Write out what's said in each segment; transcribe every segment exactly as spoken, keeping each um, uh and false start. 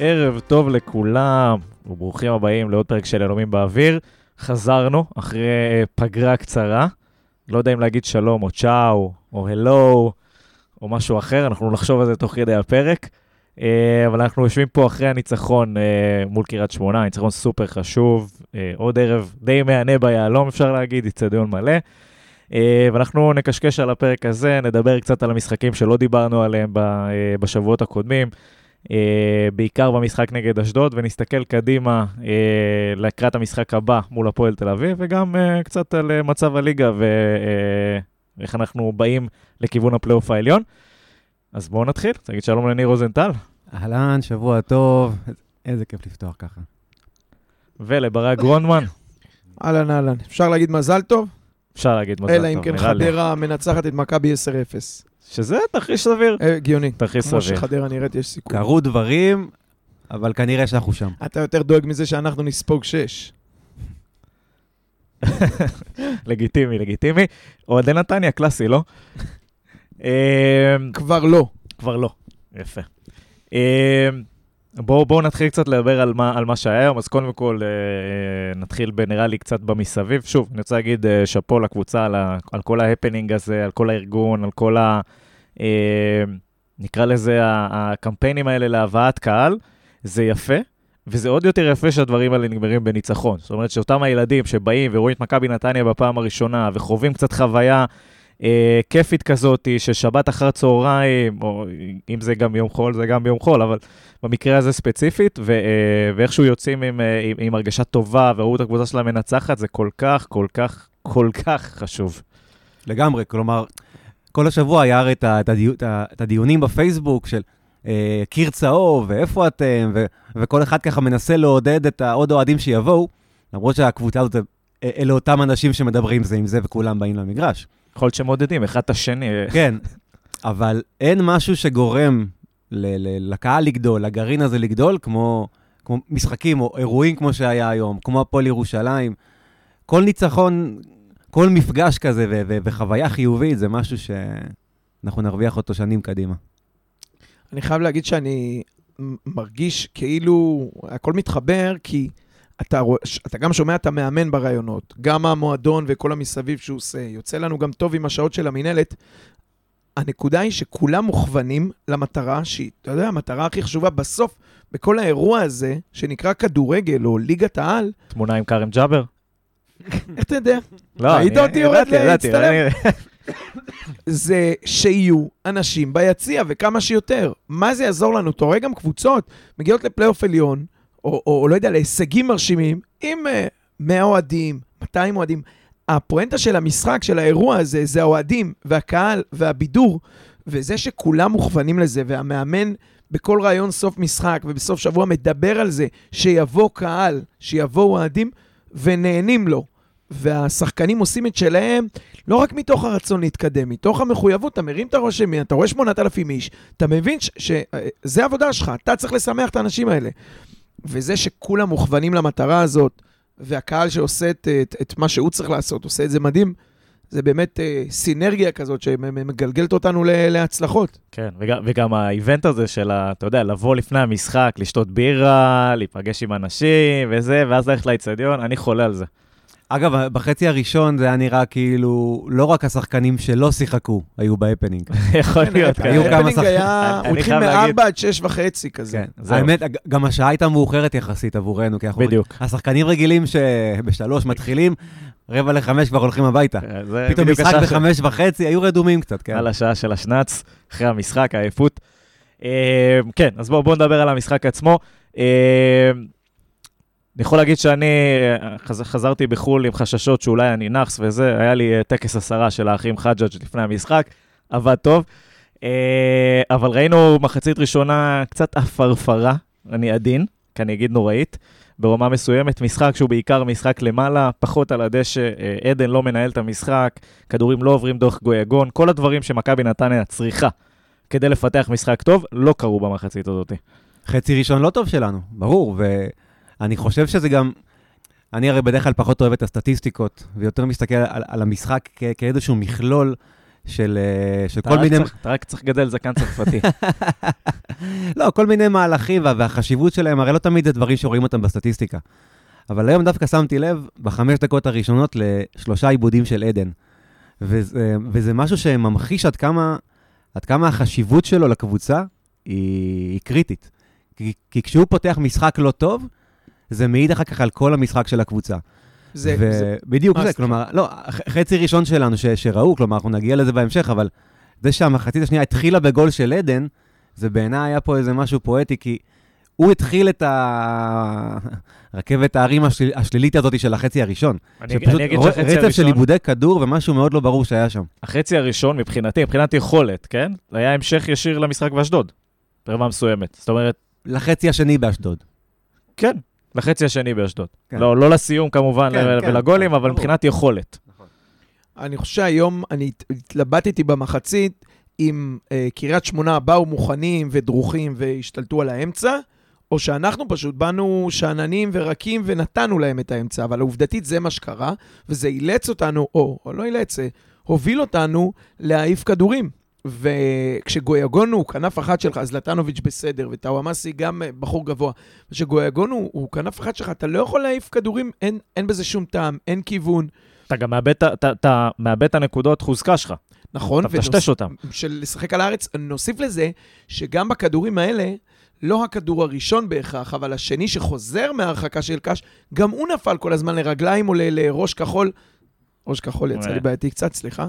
ערב טוב לכולם, וברוכים הבאים לעוד פרק של אלומים באוויר. חזרנו אחרי פגרה קצרה, לא יודע אם להגיד שלום או צ'או או הלו או משהו אחר, אנחנו נחשוב על זה תוך כדי הפרק, אבל אנחנו יושבים פה אחרי הניצחון מול קריית שמונה, ניצחון סופר חשוב, עוד ערב די מענה ביעלום אפשר להגיד, אצטדיון מלא, ואנחנו נקשקש על הפרק הזה, נדבר קצת על המשחקים שלא דיברנו עליהם בשבועות הקודמים, בעיקר במשחק נגד אשדוד, ונסתכל קדימה לקראת המשחק הבא מול הפועל תל אביב, וגם קצת על מצב הליגה ואיך אנחנו באים לכיוון הפלייאוף העליון. אז בואו נתחיל, תגיד שלום לניר רוזנטל. אהלן, שבוע טוב, איזה כיף לפתוח ככה. ולברק גרונדמן. אהלן, אהלן. אפשר להגיד מזל טוב? אפשר להגיד מזל טוב, אלא אם כן חדרה מנצחת את מכבי עשר אפס. שזה תרחיש סביר. הגיוני. תרחיש סביר. כמו שחדרה נראית יש סיכוי. קרו דברים, אבל כנראה שאנחנו שם. אתה יותר דואג מזה שאנחנו נספוג שש. לגיטימי, לגיטימי. אוהדי נתניה, קלאסי, לא? כבר לא. כבר לא. יפה. בואו בואו נתחיל קצת לדבר על מה, על מה שהיה היום, אז קודם כל נתחיל בנראה לי קצת במסביב. שוב, אני רוצה להגיד שפו לקבוצה על, ה, על כל ההפנינג הזה, על כל הארגון, על כל ה... נקרא לזה הקמפיינים האלה להבאת קהל, זה יפה, וזה עוד יותר יפה שהדברים האלה נגמרים בניצחון. זאת אומרת שאותם הילדים שבאים ורואים את מכבי נתניה בפעם הראשונה, וחווים קצת חוויה אה, כיפית כזאת, ששבת אחר צהריים, או אם זה גם יום חול, זה גם ביום חול, אבל במקרה הזה ספציפית, ו, אה, ואיכשהו יוצאים עם, אה, עם, עם הרגשה טובה, וראו את הקבוצה שלה מנצחת, זה כל כך, כל כך, כל כך חשוב. לגמרי, כלומר, כל השבוע היה הרי את, הדיו, את הדיונים בפייסבוק של אה, קיר צהוב, ואיפה אתם, ו, וכל אחד ככה מנסה לעודד את העוד אוהדים שיבואו, למרות שהקבוצה הזאת, אלה אותם אנשים שמדברים זה עם זה, וכולם באים למגרש. יכול להיות שמודדים, אחד את השני. כן, אבל אין משהו שגורם ל- ל- לקהל לגדול, לגרעין הזה לגדול, כמו, כמו משחקים או אירועים כמו שהיה היום, כמו הפועל ירושלים. כל ניצחון, כל מפגש כזה ו- ו- וחוויה חיובית, זה משהו שאנחנו נרוויח אותו שנים קדימה. אני חייב להגיד שאני מרגיש כאילו הכל מתחבר, כי אתה, אתה גם שומע את המאמן ברעיונות, גם המועדון וכל המסביב שהוא עושה, יוצא לנו גם טוב עם השעות של המנהלת. הנקודה היא שכולם מוכוונים למטרה שהיא, אתה יודע, המטרה הכי חשובה בסוף, בכל האירוע הזה, שנקרא כדורגל או ליגת העל. תמונה עם קרם ג'אבר? איך אתה יודע? לא, היית אותי יורד להצטלם. ידעתי. זה שיהיו אנשים ביציע וכמה שיותר. מה זה יעזור לנו? אתה רואה גם קבוצות, מגיעות לפלייאוף עליון, או, או, או לא יודע, להישגים מרשימים, עם מאה אוהדים, מאתיים אוהדים. הפואנטה של המשחק, של האירוע הזה, זה האוהדים והקהל והבידור, וזה שכולם מוכוונים לזה, והמאמן בכל רעיון סוף משחק ובסוף שבוע מדבר על זה, שיבוא קהל, שיבוא אוהדים, ונהנים לו. והשחקנים עושים את שלהם, לא רק מתוך הרצון להתקדם, מתוך המחויבות, אתה מרים את הראש שמי, אתה רואה שמונת אלפים איש, אתה מבין שזה העבודה שלך, אתה צריך לשמח את האנשים האלה. וזה שכולם מוכוונים למטרה הזאת, והקהל שעושה את, את, את מה שהוא צריך לעשות, עושה את זה מדהים, זה באמת אה, סינרגיה כזאת שמגלגלת אותנו להצלחות. כן, וגם, וגם האיבנט הזה של, אתה יודע, לבוא לפני המשחק, לשתות בירה, להיפגש עם אנשים וזה, ואז ללכת לאצטדיון, אני חולה על זה. אגב, בחצי הראשון זה היה נראה כאילו, לא רק השחקנים שלא שיחקו, היו בהפנינג. יכול להיות. ההפנינג היה, הוא התחיל מארבע עד שש וחצי כזה. האמת, גם השעה הייתה מאוחרת יחסית עבורנו, כי בדיוק. השחקנים רגילים שבשלוש מתחילים, רבע לחמש כבר הולכים הביתה. פתאום משחק בחמש וחצי, היו רדומים קצת. על השעה של השנץ, אחרי המשחק, העייפות. כן, אז בואו נדבר על המשחק עצמו. אני יכול להגיד שאני חזרתי בחול עם חששות שאולי אני נחס וזה, היה לי טקס עשרה של האחים חג'אג' לפני המשחק, עבד טוב, אבל ראינו מחצית ראשונה קצת אפרפרה, אני עדין, כי אני אגיד נוראית, ברמה מסוימת, משחק שהוא בעיקר משחק למעלה, פחות על הדשא, עדן לא מנהל את המשחק, כדורים לא עוברים דוח גויגון, כל הדברים שמכבי נתניה צריכה כדי לפתח משחק טוב, לא קרו במחצית הזאת. חצי ראשון לא טוב שלנו, ברור, ו... אני חושב שזה גם, אני הרי בדרך כלל פחות אוהב את הסטטיסטיקות, ויותר מסתכל על, על המשחק כ- כאיזשהו מכלול של, של אתה כל רק מיני... צריך, אתה רק צריך לגדל זקן צרפתי. לא, כל מיני מהלכים, והחשיבות שלהם, הרי לא תמיד זה דברים שרואים אותם בסטטיסטיקה. אבל היום דווקא שמתי לב, בחמש דקות הראשונות, לשלושה עיבודים של עדן. וזה, וזה משהו שממחיש עד כמה, עד כמה החשיבות שלו לקבוצה היא, היא קריטית. כי, כי כשהוא פותח משחק לא טוב, זה מעיד אחר כך על כל המשחק של הקבוצה. זה, ו... זה... בדיוק זה, כלומר, לא, חצי ראשון שלנו ש, שראו, כלומר, אנחנו נגיע לזה בהמשך, אבל זה שהמחצית השנייה התחילה בגול של עדן, זה בעיניי היה פה איזה משהו פואטי, כי הוא התחיל את הרכבת הערים השל... השלילית הזאת של החצי הראשון. אני, אני אגיד שהחצי רצף הראשון... של עיבודי כדור ומשהו מאוד לא ברור שהיה שם. החצי הראשון מבחינתי, מבחינת יכולת, כן? היה המשך ישיר למשחק באשדוד, ברמה מסוימת. זאת אומרת... לחצי השני באשדוד. כן, לחצי השני באשדוד. כן. לא, לא לסיום כמובן כן, ולגולים, כן, אבל ברור. מבחינת יכולת. אני חושב שהיום אני התלבטתי במחצית, אם אה, קריית שמונה באו מוכנים ודרוכים והשתלטו על האמצע, או שאנחנו פשוט באנו שעננים ורקים ונתנו להם את האמצע, אבל העובדתית זה מה שקרה, וזה אילץ אותנו, או, או לא אילץ, הוביל אותנו להעיף כדורים. וכשגויגון הוא כנף אחת שלך, אז לטנוביץ' בסדר, וטאוואמאסי גם בחור גבוה. כשגויגון הוא, הוא כנף אחת שלך, אתה לא יכול להעיף כדורים, אין, אין בזה שום טעם, אין כיוון. אתה גם מאבד, אתה, אתה מאבד את הנקודות חוזקה שלך. נכון. אתה מטשטש אותם. של לשחק על הארץ. נוסיף לזה שגם בכדורים האלה, לא הכדור הראשון בהכרח, אבל השני שחוזר מההרחקה של קש, גם הוא נפל כל הזמן לרגליים או ל- לראש כחול. ראש כחול יצא לי בעייתי קצת, סליחה.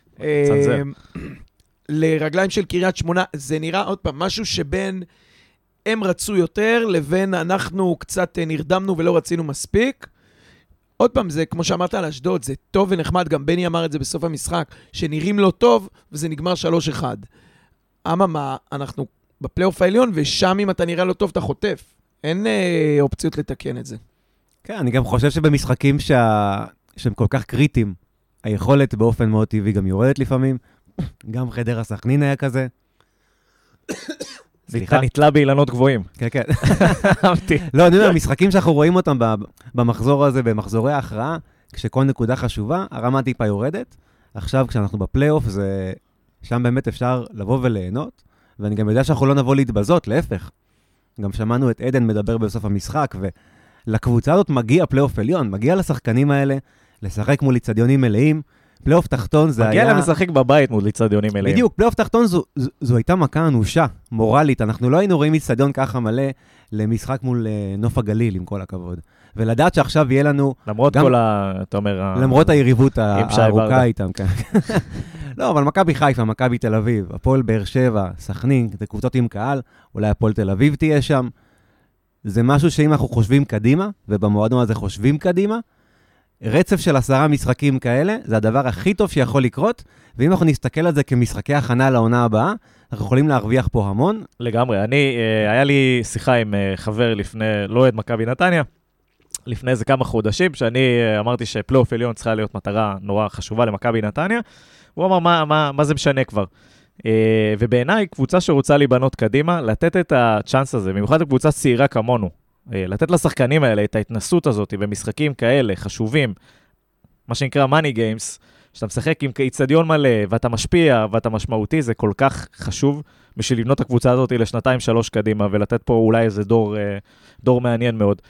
לרגליים של קריית שמונה, זה נראה עוד פעם משהו שבין הם רצו יותר, לבין אנחנו קצת נרדמנו ולא רצינו מספיק. עוד פעם, זה כמו שאמרת על אשדוד, זה טוב ונחמד, גם בני אמר את זה בסוף המשחק, שנראים לא טוב, וזה נגמר שלוש אחד. אממה, אנחנו בפלייאוף העליון, ושם אם אתה נראה לא טוב, אתה חוטף. אין אה, אופציות לתקן את זה. כן, אני גם חושב שבמשחקים שה... שהם כל כך קריטיים, היכולת באופן מאוד טבעי גם יורדת לפעמים, גם חדרה סכנין היה כזה. סליחה, נתלה באילנות גבוהים. כן, כן. אהבתי. לא, אני אומר, המשחקים שאנחנו רואים אותם במחזור הזה, במחזורי ההכרעה, כשכל נקודה חשובה, הרמה טיפה יורדת. עכשיו, כשאנחנו בפלייאוף, זה... שם באמת אפשר לבוא וליהנות, ואני גם יודע שאנחנו לא נבוא להתבזות, להפך. גם שמענו את עדן מדבר בסוף המשחק, ולקבוצה הזאת מגיע פלייאוף עליון, מגיע לשחקנים האלה, לשחק מול אצטדיונים מלאים, פלייאוף תחתון זה מגיע היה... להם לשחק בבית מול אצטדיונים מלאים. בדיוק, פלייאוף תחתון זו, זו, זו הייתה מכה אנושה, מורלית. אנחנו לא היינו רואים אצטדיון ככה מלא למשחק מול uh, נוף הגליל, עם כל הכבוד. ולדעת שעכשיו יהיה לנו... למרות גם, כל ה... אתה אומר... למרות ה... היריבות הארוכה איתם. כן. לא, אבל מכבי חיפה, מכבי תל אביב, הפועל באר שבע, סכנין, זה קבוצות עם קהל, אולי הפועל תל אביב תהיה שם. זה משהו שאם אנחנו חושבים קדימה, ובמועדון הזה חושבים קדימה, רצף של עשרה משחקים כאלה, זה הדבר הכי טוב שיכול לקרות, ואם אנחנו נסתכל על זה כמשחקי הכנה לעונה הבאה, אנחנו יכולים להרוויח פה המון. לגמרי. אני, היה לי שיחה עם חבר לפני, לא עד מכבי נתניה, לפני איזה כמה חודשים, שאני אמרתי שפלייאוף עליון צריכה להיות מטרה נורא חשובה למכבי נתניה, הוא אמר, מה, מה, מה זה משנה כבר? ובעיניי, קבוצה שרוצה להיבנות קדימה, לתת את הצ'אנס הזה, במיוחד לקבוצה צעירה כמונו, לתת לשחקנים האלה את ההתנסות הזאת במשחקים כאלה חשובים, מה שנקרא money games, שאתה משחק עם אצטדיון מלא, ואתה משפיע, ואתה משמעותי, זה כל כך חשוב בשביל לבנות את הקבוצה הזאת לשנתיים, שלוש קדימה, ולתת פה אולי איזה דור, דור מעניין מאוד.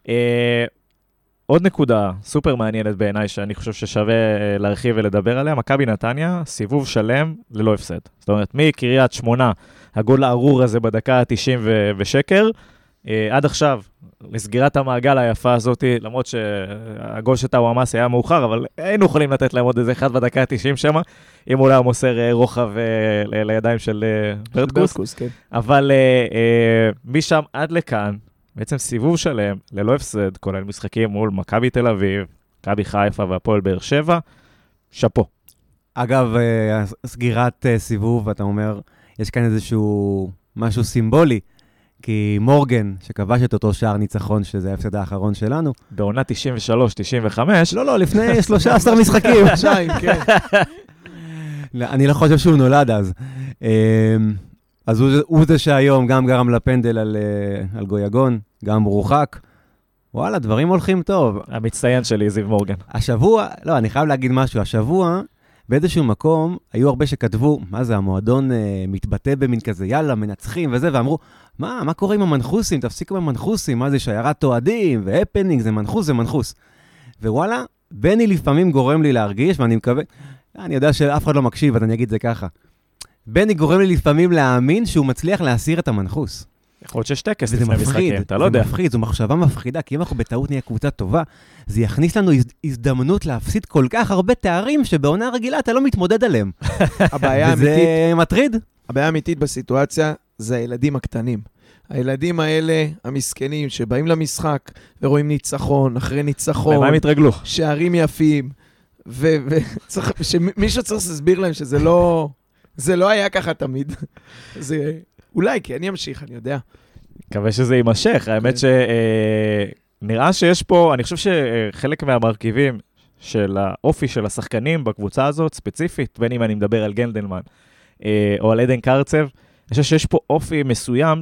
עוד נקודה סופר מעניינת בעיניי, שאני חושב ששווה להרחיב ולדבר עליה, מכבי נתניה, סיבוב שלם ללא הפסד. זאת אומרת, מקריית שמונה, הגול הארור הזה בדקה ה-תשעים ושקר, עד עכשיו, לסגירת המעגל היפה הזאת, למרות שהגול של טאוואמאסי היה מאוחר, אבל היינו יכולים לתת להם עוד איזה אחד בדקה ה-תשעים שמה, אם אולי הוא מוסר רוחב לידיים של ברטקוס. כן. אבל משם עד לכאן, בעצם סיבוב שלם, ללא הפסד, כולל משחקים מול מכבי תל אביב, מכבי חיפה והפועל באר שבע, שפו. אגב, סגירת סיבוב, אתה אומר, יש כאן איזשהו משהו סימבולי, כי מורגן, שכבש את אותו שער ניצחון, שזה ההפסד האחרון שלנו. בעונה תשעים ושלוש תשעים וחמש. לא, לא, לפני שלושה עשר משחקים. כן. אני לא חושב שהוא נולד אז. אז הוא, הוא זה שהיום גם גרם לפנדל על, על גויגון, גם רוחק. וואלה, דברים הולכים טוב. המצטיין שלי, זיו מורגן. השבוע, לא, אני חייב להגיד משהו, השבוע, באיזשהו מקום, היו הרבה שכתבו, מה זה, המועדון אה, מתבטא במין כזה, יאללה, מנצחים וזה, ואמרו, מה, מה קורה עם המנחוסים? תפסיקו עם המנחוסים, מה זה, שיירת אוהדים והפנינג, זה מנחוס, זה מנחוס. ווואלה, בני לפעמים גורם לי להרגיש, ואני מקווה, אני יודע שאף אחד לא מקשיב, אז אני אגיד זה ככה. בני גורם לי לפעמים להאמין שהוא מצליח להסיר את המנחוס. יכול להיות שיש טקס וזה לפני מפחיד, משחקים, אתה לא יודע. זה מפחיד, זו מחשבה מפחידה, כי אם אנחנו בטעות נהיה קבוצה טובה, זה יכניס לנו הז- הזדמנות להפסיד כל כך הרבה תארים שבעונה רגילה אתה לא מתמודד עליהם. הבעיה האמיתית, וזה מטריד. הבעיה האמיתית בסיטואציה זה הילדים הקטנים. הילדים האלה, המסכנים, שבאים למשחק ורואים ניצחון, אחרי ניצחון, למה הם התרגלו? שערים יפים, ומישהו צריך להסביר להם שזה לא, זה לא היה ככה תמיד. זה, אולי, כי אני אמשיך, אני יודע. מקווה שזה יימשך. האמת שנראה שיש פה, אני חושב שחלק מהמרכיבים של האופי של השחקנים בקבוצה הזאת, ספציפית, בין אם אני מדבר על גנדלמן או על עדן קרצב, אני חושב שיש פה אופי מסוים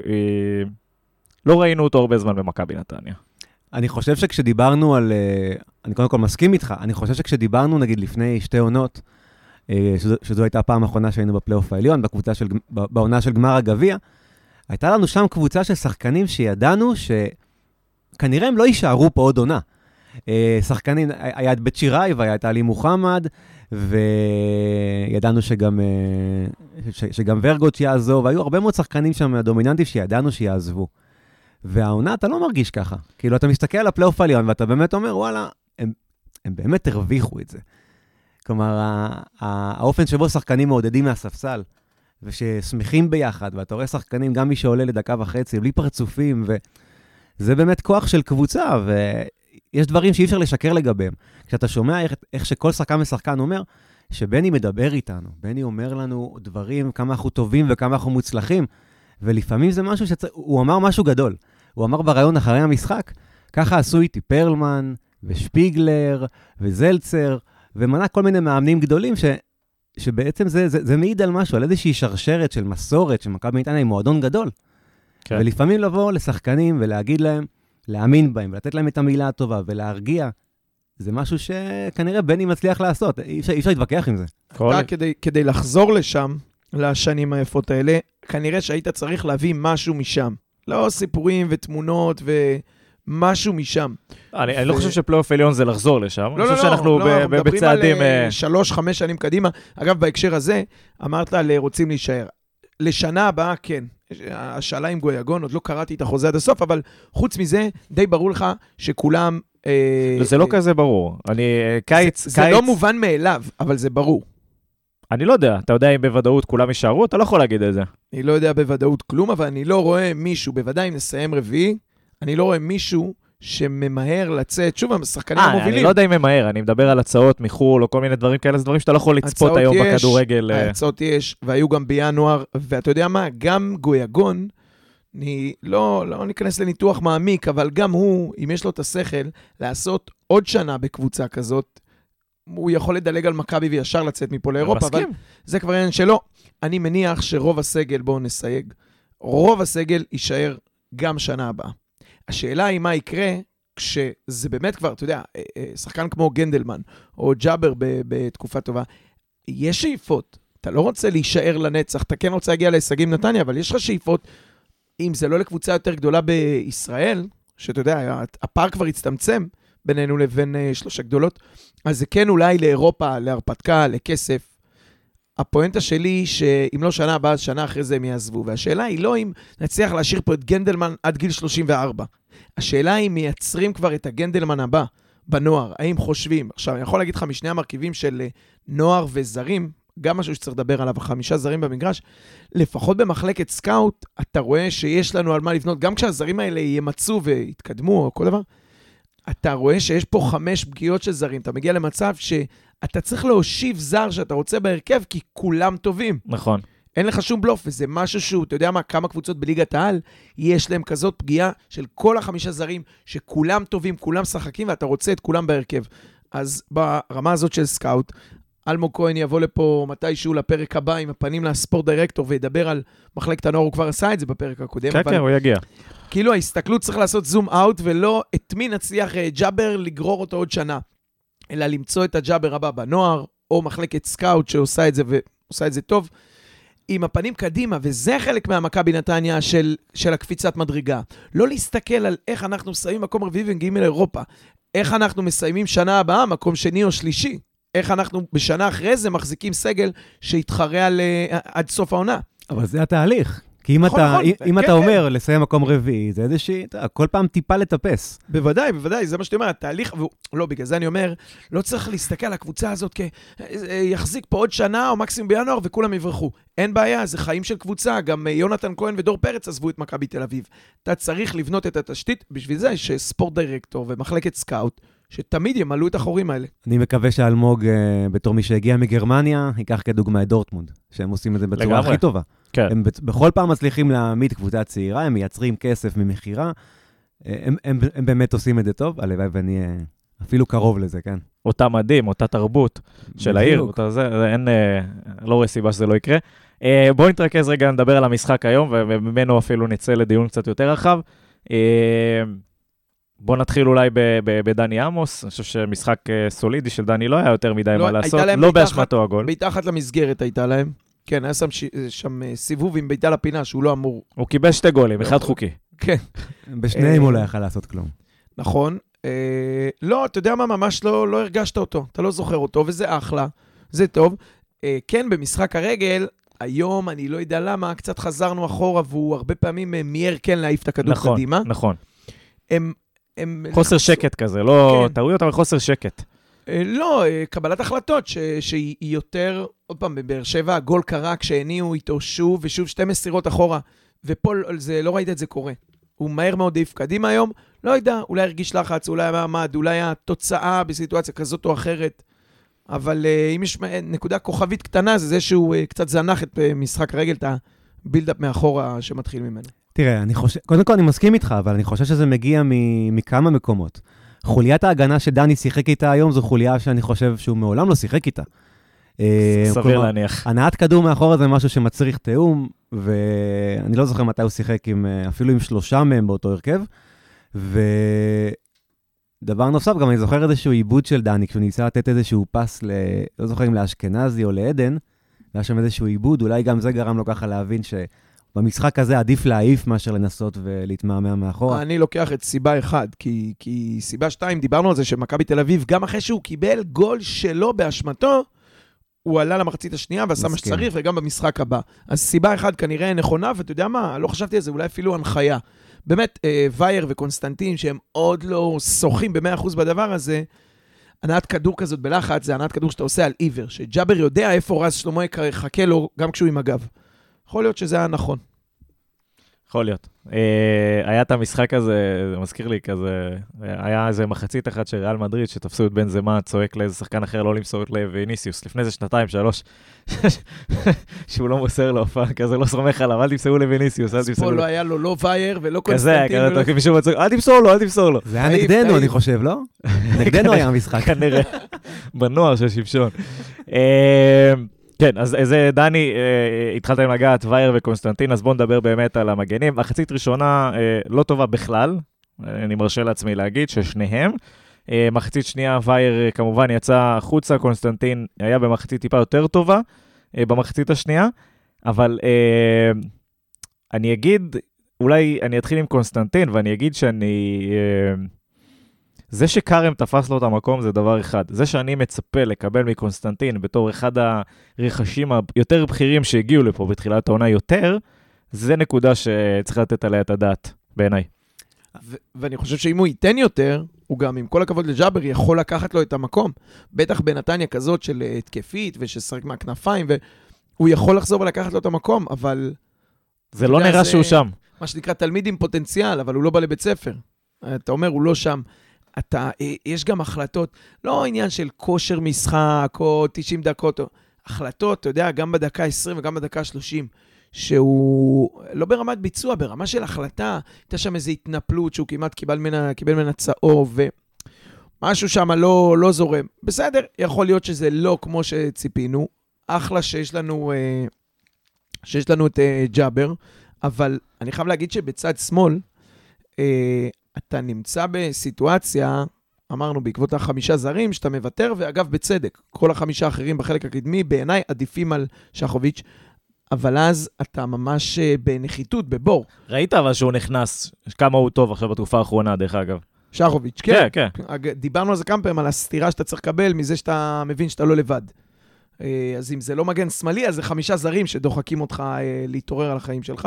שלא ראינו אותו הרבה זמן במכבי נתניה. אני חושב שכשדיברנו על, אני קודם כל מסכים איתך, אני חושב שכשדיברנו נגיד לפני שתי עונות, שזו, שזו הייתה הפעם האחרונה שהיינו בפלייאוף העליון, בקבוצה של, בעונה של גמר הגביע, הייתה לנו שם קבוצה של שחקנים שידענו שכנראה הם לא יישארו פה עוד עונה. שחקנים, היה את בית שיראי והיה את עלי מוחמד, וידענו שגם, ש, שגם ורגוץ' יעזוב, והיו הרבה מאוד שחקנים שם דומיננטיים שידענו שיעזבו. והעונה אתה לא מרגיש ככה. כאילו אתה מסתכל על הפלייאוף העליון ואתה באמת אומר, וואלה, הם, הם באמת הרוויחו את זה. כלומר, האופן שבו שחקנים מעודדים מהספסל, וששמחים ביחד, ואתה רואה שחקנים, גם מי שעולה לדקה וחצי, בלי פרצופים, וזה באמת כוח של קבוצה, ויש דברים שאי אפשר לשקר לגביהם. כשאתה שומע איך, איך שכל שחקן ושחקן אומר, שבני מדבר איתנו, בני אומר לנו דברים, כמה אנחנו טובים וכמה אנחנו מוצלחים, ולפעמים זה משהו שהוא אמר משהו גדול. הוא אמר ברעיון אחרי המשחק, ככה עשו איתי פרלמן, ושפיגלר, וזלצר, ומנה כל מיני מאמנים גדולים, ש, שבעצם זה, זה, זה מעיד על משהו, על איזושהי שרשרת של מסורת, שמכבי נתניה היא מועדון גדול. כן. ולפעמים לבוא לשחקנים ולהגיד להם, להאמין בהם, ולתת להם את המילה הטובה, ולהרגיע, זה משהו שכנראה בני מצליח לעשות. אי אפשר, אי אפשר להתווכח עם זה. אתה, כדי, כדי לחזור לשם, לשנים היפות האלה, כנראה שהיית צריך להביא משהו משם. לא סיפורים ותמונות ומשהו משם. אני, ו... אני לא חושב שפלייאוף עליון זה לחזור לשם. לא, אני חושב לא, שאנחנו לא, ב- אנחנו ב- בצעדים... מדברים על שלוש, חמש שנים קדימה. אגב, בהקשר הזה, אמרת על רוצים להישאר. לשנה הבאה, כן. השאלה עם גויגון, עוד לא קראתי את החוזה עד הסוף, אבל חוץ מזה, די ברור לך שכולם... זה לא כזה ברור. אני... קיץ... זה לא מובן מאליו, אבל זה ברור. אני לא יודע, אתה יודע אם בוודאות כולם יישארו, אתה לא יכול להגיד את זה. אני לא יודע בוודאות כלום, אבל אני לא רואה מישהו, בוודאי אם נסיים רביעי, אני לא רואה מישהו שממהר לצאת, שוב, השחקנים המובילים. אני לא יודע אם ממהר, אני מדבר על הצעות מחול או כל מיני דברים כאלה, זה דברים שאתה לא יכול לצפות היום בכדורגל. הצעות יש, והיו גם בינואר, ואתה יודע מה, גם גויגון, אני לא, לא ניכנס לניתוח מעמיק, אבל גם הוא, אם יש לו את השכל, לעשות עוד שנה בקבוצה כזאת, הוא יכול לדלג על מכבי וישר לצאת מפה לאירופה, אבל זה כבר עניין שלו. אני מניח שרוב הסגל, בואו נסייג, רוב הסגל יישאר גם שנה הבאה. השאלה היא מה יקרה כשזה באמת כבר, אתה יודע, שחקן כמו גנדלמן או ג'אבר בתקופה טובה, יש שאיפות. אתה לא רוצה להישאר לנצח, אתה כן רוצה להגיע להישגים נתניה, אבל יש לך שאיפות, אם זה לא לקבוצה יותר גדולה בישראל, שאתה יודע, הפער כבר הצטמצם בינינו לבין שלוש הגדולות, אז זה כן אולי לאירופה, להרפתקה, לכסף. הפואנטה שלי היא שאם לא שנה הבאה, שנה אחרי זה הם יעזבו. והשאלה היא לא אם נצליח להשאיר פה את גנדלמן עד גיל שלושים וארבע. השאלה היא אם מייצרים כבר את הגנדלמן הבא בנוער. האם חושבים? עכשיו, אני יכול להגיד לך משני המרכיבים של נוער וזרים, גם משהו שצריך לדבר עליו, חמישה זרים במגרש, לפחות במחלקת סקאוט, אתה רואה שיש לנו על מה לבנות, גם כשהזרים האלה ימצאו ויתקדמו או כל דבר, אתה רואה שיש פה חמש פגיעות של זרים, אתה מגיע למצב שאתה צריך להושיב זר שאתה רוצה בהרכב, כי כולם טובים. נכון. אין לך שום בלוף, וזה משהו שהוא, אתה יודע מה, כמה קבוצות בליגת העל, יש להם כזאת פגיעה של כל החמישה זרים, שכולם טובים, כולם שחקים, ואתה רוצה את כולם בהרכב. אז ברמה הזאת של סקאוט, אלמוג כהן יבוא לפה מתישהו לפרק הבא עם הפנים לספורט דירקטור, וידבר על מחלקת הנוער, הוא כבר עשה את זה בפרק הקודם. כן, כן, הוא יגיע. כאילו ההסתכלות צריך לעשות זום אאוט, ולא את מי נצליח ג'אבר לגרור אותו עוד שנה, אלא למצוא את הג'אבר הבא בנוער, או מחלקת סקאוט שעושה את זה ועושה את זה טוב, עם הפנים קדימה, וזה חלק מהמכבי נתניה של, של הקפיצת מדרגה. לא להסתכל על איך אנחנו מסיימים מקום רביעי ומגיעים לאירופה, איך אנחנו מסיימים שנה הבאה, מקום שני או שלישי, איך אנחנו בשנה אחרי זה מחזיקים סגל שיתחרה על, עד סוף העונה. אבל זה התהליך. כי אם נכון, אתה, נכון. אם כן, אתה אומר כן. לסיים מקום רביעי, זה איזושהי, אתה, כל פעם טיפה לטפס. בוודאי, בוודאי, זה מה שאתה אומר, התהליך, לא, בגלל זה אני אומר, לא צריך להסתכל על הקבוצה הזאת, כי יחזיק פה עוד שנה או מקסימום בינואר וכולם יברחו. אין בעיה, זה חיים של קבוצה, גם יונתן כהן ודור פרץ עזבו את מכבי תל אביב. אתה צריך לבנות את התשתית, בשביל זה שספורט דירקטור ומחלקת סקאוט, שתמיד ימלאו את החורים האלה. אני מקווה שאלמוג, בתור מי שהגיע מגרמניה, ייקח כדוגמה את דורטמונד, שהם עושים את זה בצורה הכי טובה. כן. הם בכל פעם מצליחים להעמיד קבוצה צעירה, הם מייצרים כסף ממחירה, הם, הם, הם באמת עושים את זה טוב, הלוואי ואני אפילו קרוב לזה, כן. אותה מדהים, אותה תרבות של העיר, אותה זה, אין, לא רואה סיבה שזה לא יקרה. בואו נתרכז רגע, נדבר על המשחק היום, וממנו אפילו נצא לדיון קצת יותר רחב. בואו נתחיל אולי בדני עמוס, אני חושב שמשחק סולידי של דני לא היה יותר מדי מה לעשות, לא באשמתו הגול. מתחת למסגרת הייתה להם. כן, היה שם, שם סיבוב עם ביתה לפינה, שהוא לא אמור... הוא קיבל שתי גולים, אחד חוקי. כן. בשניהם הוא לא יכל לעשות כלום. נכון. לא, אתה יודע מה, ממש לא, לא הרגשת אותו. אתה לא זוכר אותו, וזה אחלה. זה טוב. כן, במשחק הרגל, היום, אני לא יודע למה, קצת חזרנו אחורה, והוא הרבה פעמים מיהר כן להעיף את הכדור קדימה. נכון, נכון. הם... הם חוסר שקט כזה, לא טעויות, אבל חוסר שקט. לא, קבלת החלטות שהיא יותר, עוד פעם, בבאר שבע, הגול קרה כשהניעו איתו שוב ושוב שתי מסירות אחורה, ופה לא ראית את זה קורה. הוא מהר מאוד העיף קדימה היום, לא יודע, אולי הרגיש לחץ, אולי המעמד, אולי התוצאה בסיטואציה כזאת או אחרת, אבל אם יש נקודה כוכבית קטנה, זה זה שהוא קצת זנח את משחק הרגל, את הבילדאפ מאחורה שמתחיל ממנו. תראה, אני חושב, קודם כל אני מסכים איתך, אבל אני חושב שזה מגיע מכמה מקומות. חוליית ההגנה שדני שיחק איתה היום, זו חוליה שאני חושב שהוא מעולם לא שיחק איתה. סביר להניח. הנעת כדור מאחורה זה משהו שמצריך תאום, ואני לא זוכר מתי הוא שיחק עם, אפילו עם שלושה מהם באותו הרכב. ודבר נוסף, גם אני זוכר איזשהו עיבוד של דני, כשהוא ניסה לתת איזשהו פס, ל... לא זוכר אם לאשכנזי או לעדן, והיה שם איזשהו עיבוד, אולי גם זה גרם לו ככה להבין ש... במשחק הזה עדיף להעיף מאשר לנסות ולהתמהמה מאחורה. אני לוקח את סיבה אחד, כי, כי סיבה שתיים, דיברנו על זה שמכבי תל אביב, גם אחרי שהוא קיבל גול שלו באשמתו, הוא עלה למחצית השנייה ועשה מה שצריך, וגם במשחק הבא. אז סיבה אחד כנראה נכונה, ואתה יודע מה, לא חשבתי על זה, אולי אפילו הנחיה. באמת, אה, וייר וקונסטנטין, שהם עוד לא שוחים ב-מאה אחוז בדבר הזה, הנעת כדור כזאת בלחץ, זה הנעת כדור שאתה עושה על עיוור, שג'אבר יודע איפה רז שלמה יחכה לו, גם כשהוא עם הגב. יכול להיות שזה היה נכון. יכול להיות. היה את המשחק הזה, זה מזכיר לי כזה, היה איזה מחצית אחת של ריאל מדריד, שתפסו את בן זמן, צועק לאיזה שחקן אחר, לא למסור את לויניסיוס, לפני זה שנתיים, שלוש, שהוא לא מוסר לו, כזה לא סומך עליו, אל תמסרו לויניסיוס, אל תמסרו לו. פה לא היה לו לא וייר ולא קונסטנטין. כזה, מישהו מצוק, אל תמסור לו, אל תמסור לו. זה היה נגדנו, אני חושב, לא? נגדנו היה המשחק. כנראה, בנוער של שמשון. כן, אז זה דני, התחלת עם לגעת וייר וקונסטנטין, אז בואו נדבר באמת על המגנים. מחצית ראשונה לא טובה בכלל, אני מרשה לעצמי להגיד ששניהם. מחצית שנייה וייר כמובן יצא החוצה, קונסטנטין היה במחצית טיפה יותר טובה, במחצית השנייה, אבל אני אגיד, אולי אני אתחיל עם קונסטנטין, ואני אגיד שאני... זה שקרם תפס לו את המקום זה דבר אחד. זה שאני מצפה לקבל מקונסטנטין בתור אחד הרכשים היותר בכירים שהגיעו לפה בתחילת העונה יותר, זה נקודה שצריך לתת עליה את הדעת, בעיניי. ו- ואני חושב שאם הוא ייתן יותר, הוא גם עם כל הכבוד לג'אבר יכול לקחת לו את המקום. בטח בנתניה כזאת של התקפית וששחק מהכנפיים, והוא יכול לחזור ולקחת לו את המקום, אבל... זה לא נראה שהוא שם. מה שנקרא תלמיד עם פוטנציאל, אבל הוא לא בא לבית ספר. אתה אומר, הוא לא שם. אתה, יש גם החלטות, לא עניין של כושר משחק או תשעים דקות, החלטות, אתה יודע, גם בדקה עשרים וגם בדקה שלושים, שהוא לא ברמת ביצוע, ברמה של החלטה, הייתה שם איזו התנפלות שהוא כמעט קיבל מנה, קיבל מנה צהוב, ומשהו שם לא, לא זורם. בסדר, יכול להיות שזה לא כמו שציפינו, אחלה שיש לנו, שיש לנו את ג'אבר, אבל אני חייב להגיד שבצד שמאל, אתה נמצא בסיטואציה, אמרנו, בעקבות החמישה זרים שאתה מוותר, ואגב, בצדק, כל החמישה האחרים בחלק הקדמי, בעיניי עדיפים על שחוביץ', אבל אז אתה ממש בנחיתות, בבור. ראית אבל שהוא נכנס, כמה הוא טוב עכשיו בתקופה האחרונה, דרך אגב. שחוביץ', כן. כן, כן. דיברנו על זה כמה פעמים, על הסתירה שאתה צריך לקבל, מזה שאתה מבין שאתה לא לבד. אז אם זה לא מגן שמאלי, אז זה חמישה זרים שדוחקים אותך להתעורר על החיים שלך.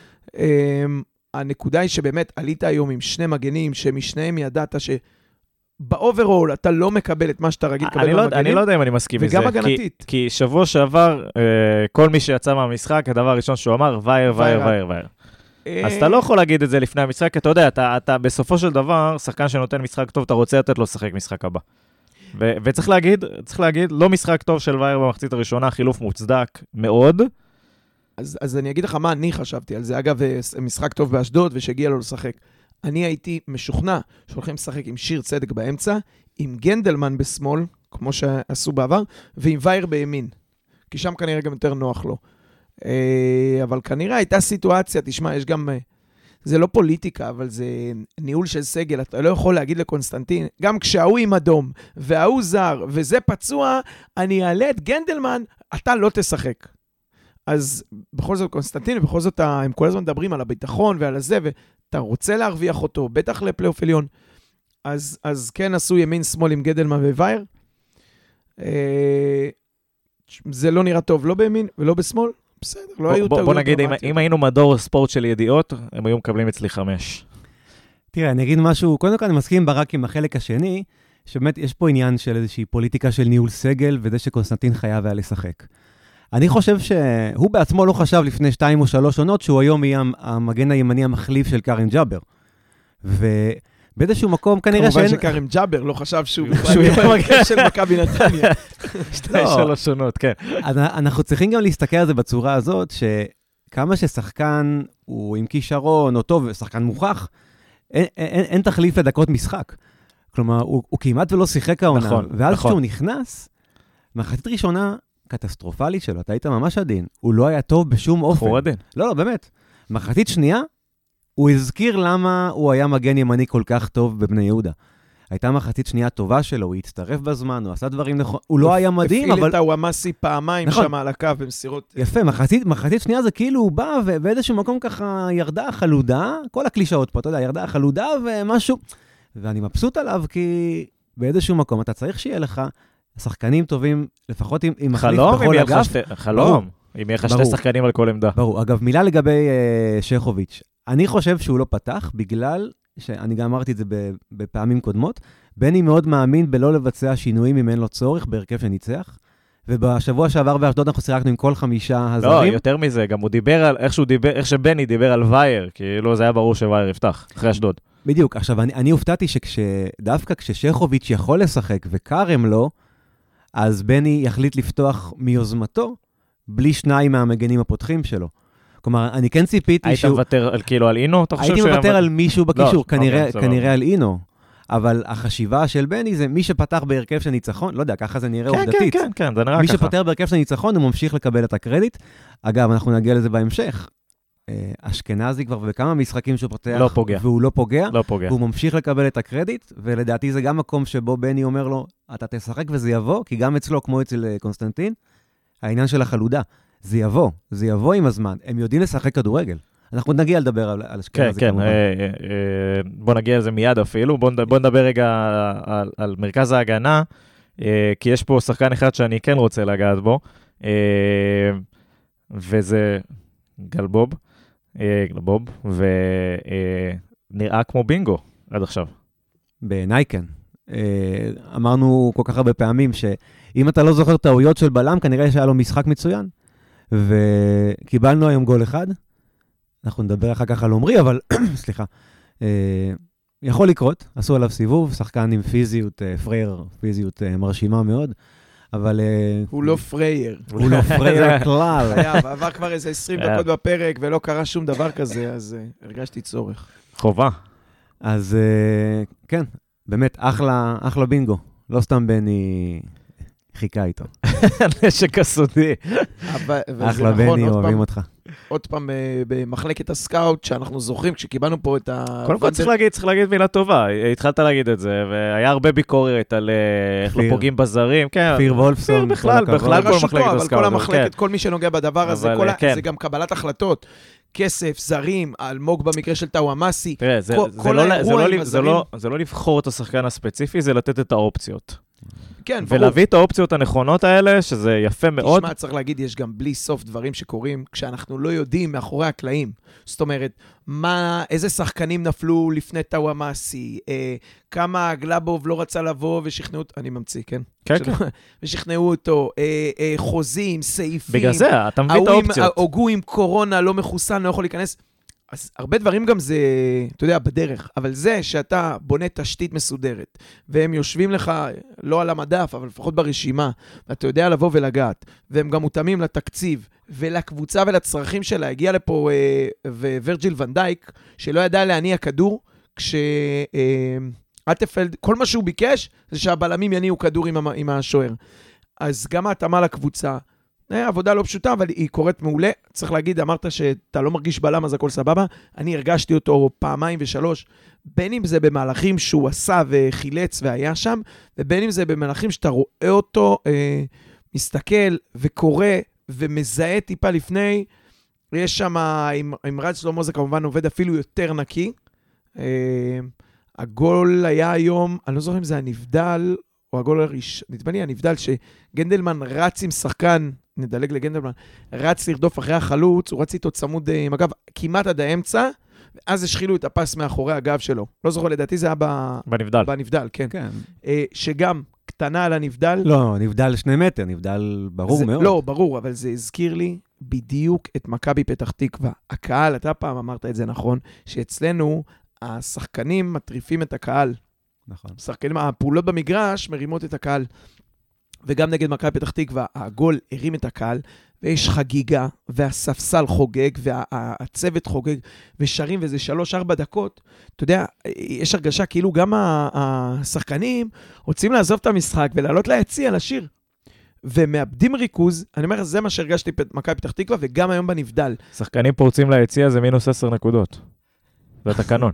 הנקודה היא שבאמת עלית היום עם שני מגנים, שמשניהם ידעת שבאוברול אתה לא מקבל את מה שאתה רגיל לקבל במגנים. אני לא יודע אם אני מסכים עם זה. וגם הגנתית. כי שבוע שעבר, כל מי שיצא מהמשחק, הדבר הראשון שהוא אמר, וייר, וייר, וייר, וייר. אז אתה לא יכול להגיד את זה לפני המשחק, כי אתה יודע, אתה בסופו של דבר, שחקן שנותן משחק טוב, אתה רוצה לתת לו לשחק משחק הבא. וצריך להגיד, צריך להגיד, לא משחק טוב של וייר במחצית הראשונה, חילוף מוצדק מאוד. אז, אז אני אגיד לך מה אני חשבתי על זה. אגב, משחק טוב באשדוד ושהגיע לו לשחק. אני הייתי משוכנע שהולכים לשחק עם שיר צדק באמצע, עם גנדלמן בשמאל, כמו שעשו בעבר, ועם וייר בימין. כי שם כנראה גם יותר נוח לו. אבל כנראה הייתה סיטואציה, תשמע, יש גם... זה לא פוליטיקה, אבל זה ניהול של סגל. אתה לא יכול להגיד לקונסטנטין, גם כשהוא עם אדום, והוא זר, וזה פצוע, אני אעלה את גנדלמן, אתה לא תשחק. אז בכל זאת קונסטנטין, ובכל זאת הם כל הזמן מדברים על הביטחון ועל הזה, ואתה רוצה להרוויח אותו, בטח לפלייאוף עליון. אז, אז כן עשו ימין שמאל עם גנדלמן ווייר. זה לא נראה טוב, לא בימין ולא בשמאל. בסדר, לא היו טעויות. בוא נגיד, אם היינו מדור ספורט של ידיעות, הם היו מקבלים אצלי חמש. תראה, אני אגיד משהו, קודם כל אני מסכים ברק עם החלק השני, שבאמת יש פה עניין של איזושהי פוליטיקה של ניהול סגל, וזה שקונסטנטין חייב היה לשחק. אני חושב שהוא בעצמו לא חשב לפני שתיים או שלוש עונות, שהוא היום יהיה המגן הימני המחליף של קרים ג'אבר. ובאיזשהו מקום כנראה שאין... כמובן שקרים ג'אבר לא חשב שהוא יהיה מגן של מכבי נתניה. שתיים שלוש עונות, כן. אנחנו צריכים גם להסתכל על זה בצורה הזאת, שכמה ששחקן הוא עם כישרון או טוב, שחקן מוכח, אין תחליף לדקות משחק. כלומר, הוא כמעט ולא שיחק העונה. ואז כשהוא נכנס, מחצית ראשונה, קטסטרופלית שלו, אתה היית ממש עדין. הוא לא היה טוב בשום אופן. הוא עדין. לא, לא, באמת. מחצית שנייה, הוא הזכיר למה הוא היה מגן ימני כל כך טוב בבני יהודה. הייתה מחצית שנייה טובה שלו, הוא הצטרף בזמן, הוא עשה דברים נכון, הוא לא היה מדהים, אבל... הפעיל את הוואמאסי פעמיים שם על הקו במסירות... יפה, מחצית שנייה זה כאילו הוא בא, ובאיזשהו מקום ככה ירדה החלודה, כל הקלישאות פה, אתה יודע, ירדה החלודה ומשהו, ואני מבסוט עליו, כי באיזשהו מקום אתה צריך שיהיה לך שחקנים טובים, לפחות עם מחליף בכל אגף. חלום, אם יהיה לך שתי שחקנים על כל עמדה. ברור, אגב, מילה לגבי שחוביץ'. אני חושב שהוא לא פתח, בגלל שאני גם אמרתי את זה בפעמים קודמות, בני מאוד מאמין בלא לבצע שינויים אם אין לו צורך, בהרכב שניצח, ובשבוע שעבר באשדוד אנחנו שיחקנו עם כל חמישה הזרים. לא, יותר מזה, גם הוא דיבר על, איך שהוא דיבר, איך שבני דיבר על וייר, כאילו זה היה ברור שווייר יפתח, אחרי אשדוד. בדיוק, עכשיו אני, אני הופתעתי שדווקא כששחוביץ' יכול לשחק וקרם לא, אז בני יחליט לפתוח מיוזמתו, בלי שניים מהמגנים הפותחים שלו. כלומר, אני כן ציפיתי שהוא... היית מוותר על, כאילו על אינו? הייתי מוותר על מישהו בקישור, כנראה על אינו. אבל החשיבה של בני זה מי שפתח בהרכב של ניצחון, לא יודע, ככה זה נראה עובדתית. כן, כן, כן, זה נראה ככה. מי שפתח בהרכב של ניצחון, הוא ממשיך לקבל את הקרדיט. אגב, אנחנו נגיע לזה בהמשך. אשכנזי כבר בכמה משחקים שהוא פותח, לא פוגע. והוא לא פוגע, לא פוגע. והוא ממשיך לקבל את הקרדיט, ולדעתי זה גם מקום שבו בני אומר לו, אתה תשחק וזה יבוא, כי גם אצלו, כמו אצל קונסטנטין, העניין של החלודה, זה יבוא, זה יבוא עם הזמן. הם יודעים לשחק כדורגל. אנחנו נגיע לדבר על, על אשכנזי כן, כמובן. כן, אה, אה, בוא נגיע לזה מיד אפילו, בוא, בוא נדבר רגע על, על מרכז ההגנה, אה, כי יש פה שחקן אחד שאני כן רוצה לגעת בו, אה, וזה גלבוב, אה, גלבוב, ונראה כמו בינגו עד עכשיו. בעיניי כן. אה, אמרנו כל כך הרבה פעמים שאם אתה לא זוכר טעויות של בלם, כנראה שהיה לו משחק מצוין, וקיבלנו היום גול אחד, אנחנו נדבר אחר כך על עומרי, אבל, סליחה, אה, יכול לקרות, עשו עליו סיבוב, שחקן עם פיזיות, אה, פרייר, פיזיות אה, מרשימה מאוד, אבל... אה, הוא לא פרייר. הוא לא פרייר כלל. חייב, עבר כבר איזה עשרים דקות בפרק, ולא קרה שום דבר כזה, אז אה, הרגשתי צורך. חובה. אז אה, כן, באמת, אחלה, אחלה בינגו. לא סתם בני חיכה איתו. הנשק הסודי. אבל- וזה אחלה נכון, בני, עוד אוהבים פעם- אותך. עוד פעם, אה, במחלקת הסקאוט, שאנחנו זוכרים, כשקיבלנו פה את ה... קודם כל צריך להגיד, צריך להגיד מילה טובה. התחלת להגיד את זה, והיה הרבה ביקורת על אה, איך לא כפיר. פוגעים בזרים. כן, כפיר וולפסון, כפיר בכלל, כל הכבוד. בכלל. כל בראשותו, מחלקת אבל הסקאוט, כל אבל המחלקת, כן. כל מי שנוגע בדבר הזה, אבל, כל ה- כן. זה גם קבלת החלטות. כסף, זרים, אלמוג במקרה של טאוואמאסי. תראה, זה, כל- זה, כל לא, האירוע זה, לא, עם זה, הזרים. לא, זה לא לבחור את השחקן הספציפי, זה לתת את האופציות. כן, ברור. ולהביא את האופציות הנכונות האלה, שזה יפה מאוד. תשמע, צריך להגיד, יש גם בלי סוף דברים שקורים כשאנחנו לא יודעים מאחורי הקלעים. זאת אומרת, מה, איזה שחקנים נפלו לפני טאוואמאסי, אה, כמה גלאבוב לא רצה לבוא ושכנעו אותו, אני ממציא, כן? כן, שלא- ושכנעו אותו, אה, אה, חוזים, סעיפים. בגלל זה, אתה מביא את ההוא עם- האופציות. הוגו עם קורונה, לא מחוסן, לא יכול להיכנס. אז הרבה דברים גם זה, אתה יודע, בדרך. אבל זה שאתה בונה תשתית מסודרת, והם יושבים לך, לא על המדף, אבל לפחות ברשימה, ואתה יודע לבוא ולגעת, והם גם מותאמים לתקציב, ולקבוצה ולצרכים שלה. הגיע לפה אה, ווורג'יל ונדייק, שלא ידע להניע כדור, כשאטפלד, כל מה שהוא ביקש, זה שהבלמים יניעו כדור עם, המ- עם השוער. אז גם ההתאמה לקבוצה, אה, עבודה לא פשוטה, אבל היא קורית מעולה. צריך להגיד, אמרת שאתה לא מרגיש בלם, אז הכל סבבה. אני הרגשתי אותו פעמיים ושלוש, בין אם זה במהלכים שהוא עשה וחילץ והיה שם, ובין אם זה במהלכים שאתה רואה אותו, אה, מסתכל וקורא ומזהה טיפה לפני. יש שם, עם, עם רד שלמה זה כמובן עובד אפילו יותר נקי. אה, הגול היה היום, אני לא זוכר אם זה הנבדל, או הגול הראשון, נדמה לי הנבדל, שגנדלמן רץ עם שחקן, נדלג לגנדלמן, רץ לרדוף אחרי החלוץ, הוא רץ איתו צמוד עם הגב, כמעט עד האמצע, ואז השחילו את הפס מאחורי הגב שלו. לא זוכר, לדעתי זה היה ב... בנבדל. בנבדל, כן. כן. אה, שגם קטנה על הנבדל. לא, נבדל שני מטר, נבדל ברור זה, מאוד. לא, ברור, אבל זה הזכיר לי בדיוק את מכבי פתח תקווה. הקהל, אתה פעם אמרת את זה נכון, שאצלנו השחקנים מטריפים את הקהל. נכון. שחקנים, הפעולות במגרש מרימות את הקהל. וגם נגד מכבי פתח תקווה, הגול הרים את הקהל, ויש חגיגה, והספסל חוגג, והצוות חוגג, ושרים, וזה שלוש-ארבע דקות. אתה יודע, יש הרגשה כאילו גם השחקנים רוצים לעזוב את המשחק, ולעלות ליציע, לשיר. ומאבדים ריכוז, אני אומר, זה מה שהרגשתי במכבי פתח תקווה, וגם היום בנבדל. שחקנים פורצים ליציע זה מינוס עשר נקודות. זה התקנון.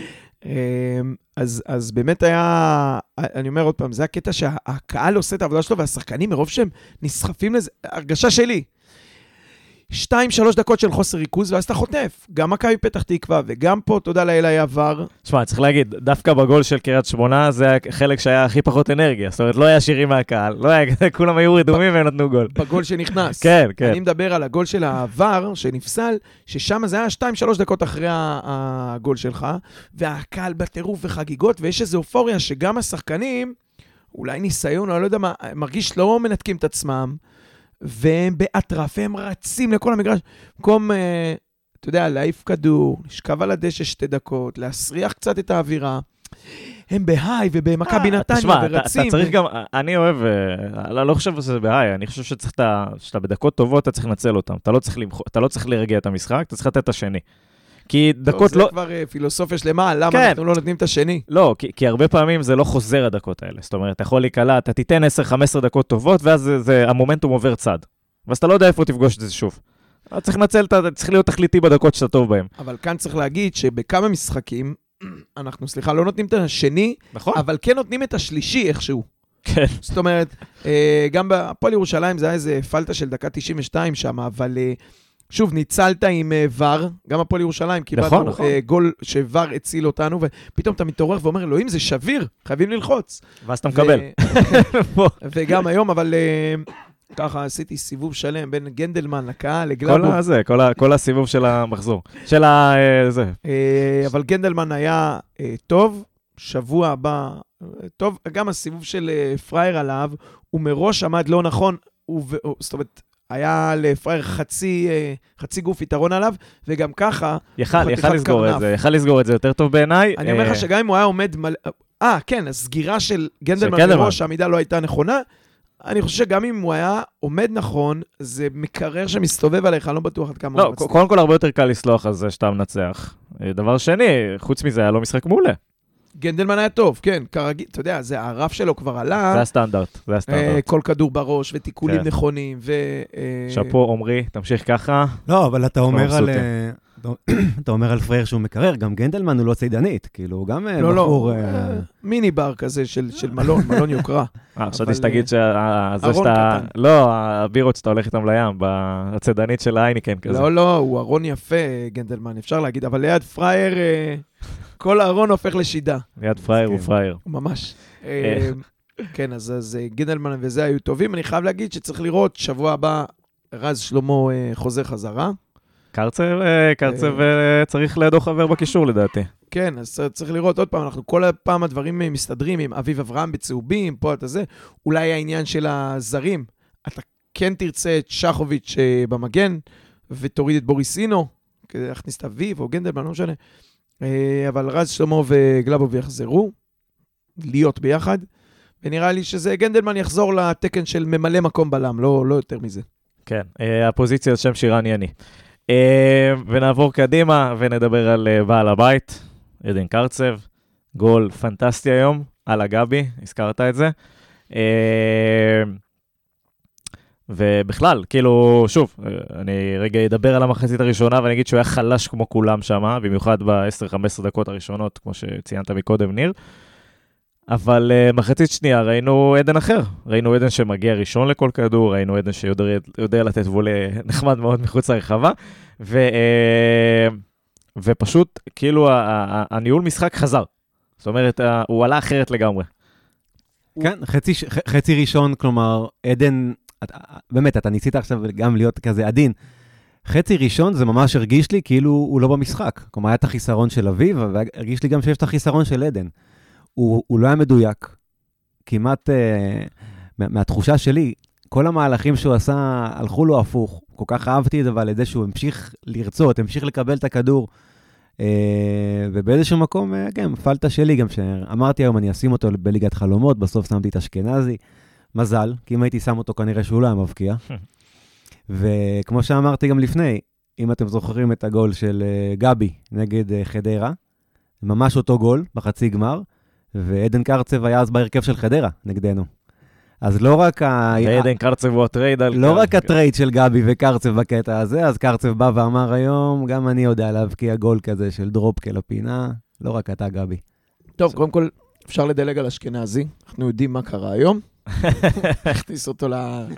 אז, אז באמת היה, אני אומר עוד פעם, זה הקטע שהקהל עושה את העבודה שלו, והשחקנים מרוב שהם נסחפים לזה, הרגשה שלי. שתיים, שלוש דקות של חוסר ריכוז, ואז אתה חוטף. גם מכבי פתח תקווה, וגם פה, תודה לאל היה עבר. תשמע, צריך להגיד, דווקא בגול של קריית שמונה, זה החלק שהיה הכי פחות אנרגיה. זאת אומרת, לא היה שירים מהקהל, לא היה, כולם היו רדומים והם נתנו גול. בגול שנכנס. כן, כן. אני מדבר על הגול של העבר, שנפסל, ששם זה היה שתיים, שלוש דקות אחרי הגול שלך, והקהל בטירוף וחגיגות, ויש איזו אופוריה שגם השחקנים, אולי ניסיון, אני לא יודע מה, מרגיש לא מנתקים את עצמם, והם באטרף, והם רצים לכל המגרש, במקום, אתה יודע, להעיף כדור, לשכב על הדשא שתי דקות, להסריח קצת את האווירה, הם בהיי ובמכבי נתניה ורצים. תשמע, אתה צריך גם, אני אוהב, אני לא חושב שזה בהיי, אני חושב שאתה בדקות טובות, אתה צריך לנצל אותם, אתה לא צריך להרגיע את המשחק, אתה צריך לתת את השני. כי דקות לא... זה כבר פילוסופיה שלמה, למה אנחנו לא נותנים את השני? לא, כי הרבה פעמים זה לא חוזר הדקות האלה. זאת אומרת, אתה יכול להיקלע, אתה תיתן עשר חמש עשרה דקות טובות, ואז המומנטום עובר צד. ואז אתה לא יודע איפה תפגוש את זה שוב. אתה צריך לנצל, אתה צריך להיות תכליתי בדקות שאתה טוב בהם. אבל כאן צריך להגיד שבכמה משחקים, אנחנו, סליחה, לא נותנים את השני, נכון. אבל כן נותנים את השלישי איכשהו. כן. זאת אומרת, גם בפועל ירושלים זה היה איזה פלטה של דקה תשעים ושתיים שם, אבל... שוב, ניצלת עם ור, גם הפועל ירושלים, קיבלנו נכון. גול שוור הציל אותנו, ופתאום אתה מתעורר ואומר, אלוהים, זה שביר, חייבים ללחוץ. ואז אתה מקבל. וגם היום, אבל ככה עשיתי סיבוב שלם בין גנדלמן לקהל, לגלאבו. כל הזה, כל הסיבוב של המחזור. של זה. אבל גנדלמן היה טוב, שבוע הבא, טוב, גם הסיבוב של פרייר עליו, הוא מראש עמד לא נכון, זאת אומרת, היה לפרייר חצי, חצי גוף יתרון עליו, וגם ככה... יכל, יכל לסגור את זה, יכל לסגור את זה יותר טוב בעיניי. אני אומר לך שגם אם הוא היה עומד... אה, כן, הסגירה של גנדלמן מראש, העמידה לא הייתה נכונה. אני חושב שגם אם הוא היה עומד נכון, זה מקרר שמסתובב עליך, אני לא בטוח עד כמה לא, הוא מצליח. קודם כל הרבה יותר קל לסלוח על זה שאתה מנצח. דבר שני, חוץ מזה, היה לו משחק מעולה. גנדלמן היה טוב, כן, כרגיל, אתה יודע, זה, הרף שלו כבר עלה. זה הסטנדרט, זה הסטנדרט. כל כדור בראש, ותיקולים כן. נכונים, ו... שפו, עומרי, תמשיך ככה. לא, אבל אתה אומר על... מבסוטים. אתה אומר על פרייר שהוא מקרר, גם גנדלמן הוא לא צידנית, כאילו, הוא גם לא, בחור... לא, מיני בר כזה של של מלון, מלון יוקרה. אה, חשבתי אבל, שתגיד שזה ארון שאתה... קטן. לא, הבירות שאתה הולך איתם לים, בצדנית של הייניקן כזה. לא, לא, הוא ארון יפה, גנדלמן, אפשר להגיד, אבל ליד פרייר, אה, כל הארון הופך לשידה. ליד פרייר הוא פרייר. ממש. אה, כן, אז אז, אה, גנדלמן וזה היו טובים. אני חייב להגיד שצריך לראות, שבוע הבא, רז שלמה אה, חוזר חזרה. קרצב, אה, קרצב אה, צריך לידו חבר בקישור לדעתי. כן, אז צריך לראות עוד פעם, אנחנו כל פעם הדברים מסתדרים עם אביב אברהם בצהובים, פה אתה זה, אולי העניין של הזרים, אתה כן תרצה את שחוביץ' אה, במגן, ותוריד את בוריסינו, כדי להכניס את אביב או גנדלמן, לא משנה. אה, אבל רז שלמה וגלבוב יחזרו, להיות ביחד, ונראה לי שזה גנדלמן יחזור לתקן של ממלא מקום בלם, לא, לא יותר מזה. כן, אה, הפוזיציה שם שירן יני. אה, ונעבור קדימה ונדבר על אה, בעל הבית, עדן קרצב, גול פנטסטי היום, על הגבי, הזכרת את זה. אה, ובכלל, כאילו, שוב, אני רגע אדבר על המחצית הראשונה, ואני אגיד שהוא היה חלש כמו כולם שם, במיוחד ב-עשר חמש עשרה דקות הראשונות, כמו שציינת מקודם, ניר. אבל uh, מחצית שנייה ראינו עדן אחר, ראינו עדן שמגיע ראשון לכל כדור, ראינו עדן שיודע לתת וולה נחמד מאוד מחוץ לרחבה, ו, uh, ופשוט כאילו הניהול משחק חזר. זאת אומרת, uh, הוא עלה אחרת לגמרי. כן, חצי, חצי ראשון, כלומר, עדן, באמת, אתה ניסית עכשיו גם להיות כזה עדין. חצי ראשון זה ממש הרגיש לי כאילו הוא לא במשחק. כלומר, היה את החיסרון של אביב, והרגיש לי גם שיש את החיסרון של עדן. הוא, הוא לא היה מדויק. כמעט, uh, מה, מהתחושה שלי, כל המהלכים שהוא עשה, הלכו לו הפוך. כל כך אהבתי את זה, אבל את זה שהוא המשיך לרצות, המשיך לקבל את הכדור, Uh, ובאיזשהו מקום, uh, כן, פלטה שלי גם שאמרתי היום, אני אשים אותו בליגת חלומות, בסוף שמתי את אשכנזי, מזל, כי אם הייתי שם אותו כנראה שהוא לא היה מבקיע. וכמו שאמרתי גם לפני, אם אתם זוכרים את הגול של uh, גבי נגד uh, חדרה, ממש אותו גול בחצי גמר, ועדן קרצב היה אז בהרכב של חדרה נגדנו. אז לא רק ה... ועדן קרצב הוא הטרייד על... לא רק הטרייד של גבי וקרצב בקטע הזה, אז קרצב בא ואמר היום, גם אני יודע להבקיע גול כזה של דרופקה לפינה, לא רק אתה גבי. טוב, קודם כל, אפשר לדלג על אשכנזי, אנחנו יודעים מה קרה היום. הכניס אותו ל...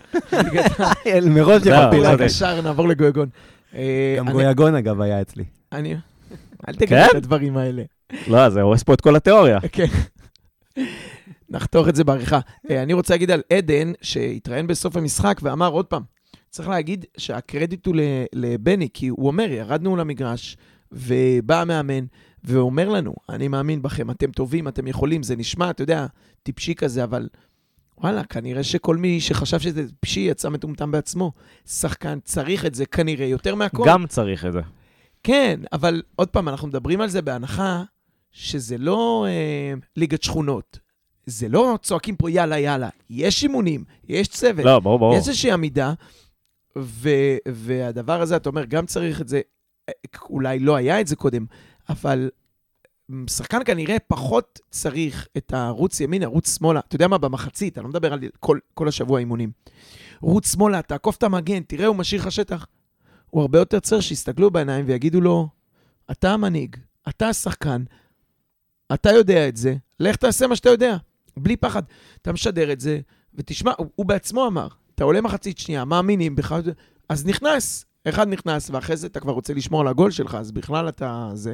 מראש יכולתי להגיד. ישר נעבור לגויגון. גם גויגון אגב היה אצלי. אני... אל תגיד את הדברים האלה. לא, זה הורס פה את כל התיאוריה. כן. נחתוך את זה בעריכה. אני רוצה להגיד על עדן, שהתראיין בסוף המשחק ואמר עוד פעם, צריך להגיד שהקרדיט הוא לבני, כי הוא אומר, ירדנו למגרש, ובא המאמן, ואומר לנו, אני מאמין בכם, אתם טובים, אתם יכולים, זה נשמע, אתה יודע, טיפשי כזה, אבל וואלה, כנראה שכל מי שחשב שזה טיפשי יצא מטומטם בעצמו. שחקן צריך את זה כנראה יותר מהכל. גם צריך את זה. כן, אבל עוד פעם, אנחנו מדברים על זה בהנחה, שזה לא אה, ליגת שכונות. זה לא צועקים פה יאללה יאללה. יש אימונים, יש צוות. לא, ברור, ברור. יש איזושהי עמידה, ו- והדבר הזה, אתה אומר, גם צריך את זה, אולי לא היה את זה קודם, אבל שחקן כנראה פחות צריך את הרוץ ימין, הרוץ שמאלה. אתה יודע מה, במחצית, אני לא מדבר על כל, כל השבוע אימונים. רוץ שמאלה, תעקוף את המגן, תראה, הוא משאיר לך שטח. הוא הרבה יותר צריך שיסתכלו בעיניים ויגידו לו, אתה המנהיג, אתה השחקן, אתה יודע את זה, לך תעשה מה שאתה יודע, בלי פחד. אתה משדר את זה, ותשמע, הוא, הוא בעצמו אמר, אתה עולה מחצית שנייה, מאמינים בך, אז נכנס, אחד נכנס, ואחרי זה אתה כבר רוצה לשמור על הגול שלך, אז בכלל אתה זה.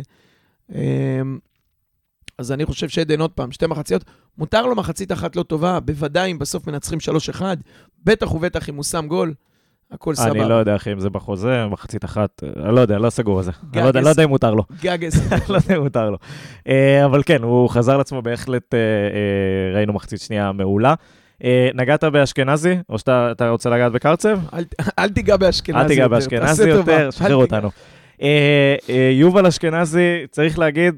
אז אני חושב שעדן עוד פעם, שתי מחציות, מותר לו מחצית אחת לא טובה, בוודאי אם בסוף מנצחים שלוש אחד, בטח ובטח אם הוא שם גול, הכל סבבה. אני לא יודע אחי אם זה בחוזה, מחצית אחת, אני לא יודע, לא סגור על זה. אני לא יודע אם מותר לו. גגס. לא יודע אם מותר לו. אבל כן, הוא חזר לעצמו בהחלט, ראינו מחצית שנייה מעולה. נגעת באשכנזי, או שאתה רוצה לגעת בקרצב? אל תיגע באשכנזי יותר. אל תיגע באשכנזי יותר, שחרר אותנו. יובל אשכנזי, צריך להגיד,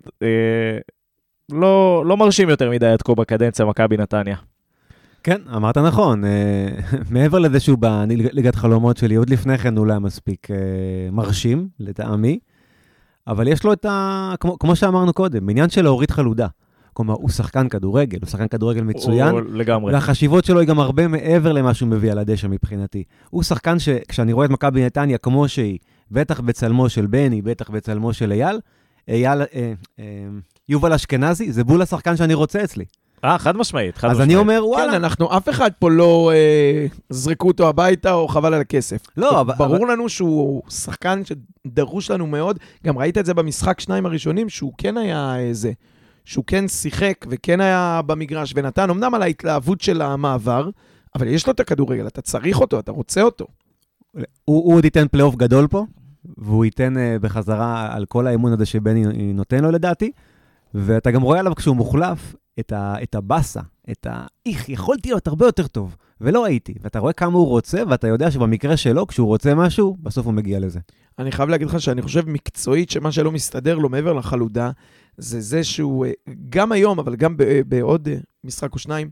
לא מרשים יותר מדי עד כה בקדנציה מכבי נתניה. כן, אמרת נכון. מעבר לזה שהוא בליגת חלומות שלי, עוד לפני כן הוא לא מספיק מרשים, לטעמי, אבל יש לו את ה... כמו שאמרנו קודם, עניין של להוריד חלודה. כלומר, הוא שחקן כדורגל, הוא שחקן כדורגל מצוין, הוא לגמרי. והחשיבות שלו היא גם הרבה מעבר למה שהוא מביא על הדשא מבחינתי. הוא שחקן שכשאני רואה את מכבי נתניה כמו שהיא, בטח בצלמו של בני, בטח בצלמו של אייל, אייל, אה, אה, יובל אשכנזי, זה בול השחקן שאני רוצה אצלי. אה, חד משמעית, חד אז משמעית. אני אומר, וואלה. כן, אנחנו, אף אחד פה לא אה, זרקו אותו הביתה או חבל על הכסף. לא, אבל... ברור אבל... לנו שהוא שחקן שדרוש לנו מאוד, גם ראית את זה במשחק שניים הראשונים, שהוא כן היה איזה, שהוא כן שיחק וכן היה במגרש ונתן, אמנם על ההתלהבות של המעבר, אבל יש לו את הכדורגל, אתה צריך אותו, אתה רוצה אותו. הוא, הוא עוד ייתן פלייאוף גדול פה, והוא ייתן uh, בחזרה על כל האמון הזה שבני נותן לו לדעתי, ואתה גם רואה עליו כשהוא מוחלף את, ה, את הבאסה, את ה... איך, יכולתי להיות הרבה יותר טוב, ולא הייתי. ואתה רואה כמה הוא רוצה, ואתה יודע שבמקרה שלו, כשהוא רוצה משהו, בסוף הוא מגיע לזה. אני חייב להגיד לך שאני חושב מקצועית שמה שלא מסתדר לו מעבר לחלודה, זה זה שהוא גם היום, אבל גם בעוד משחק או שניים,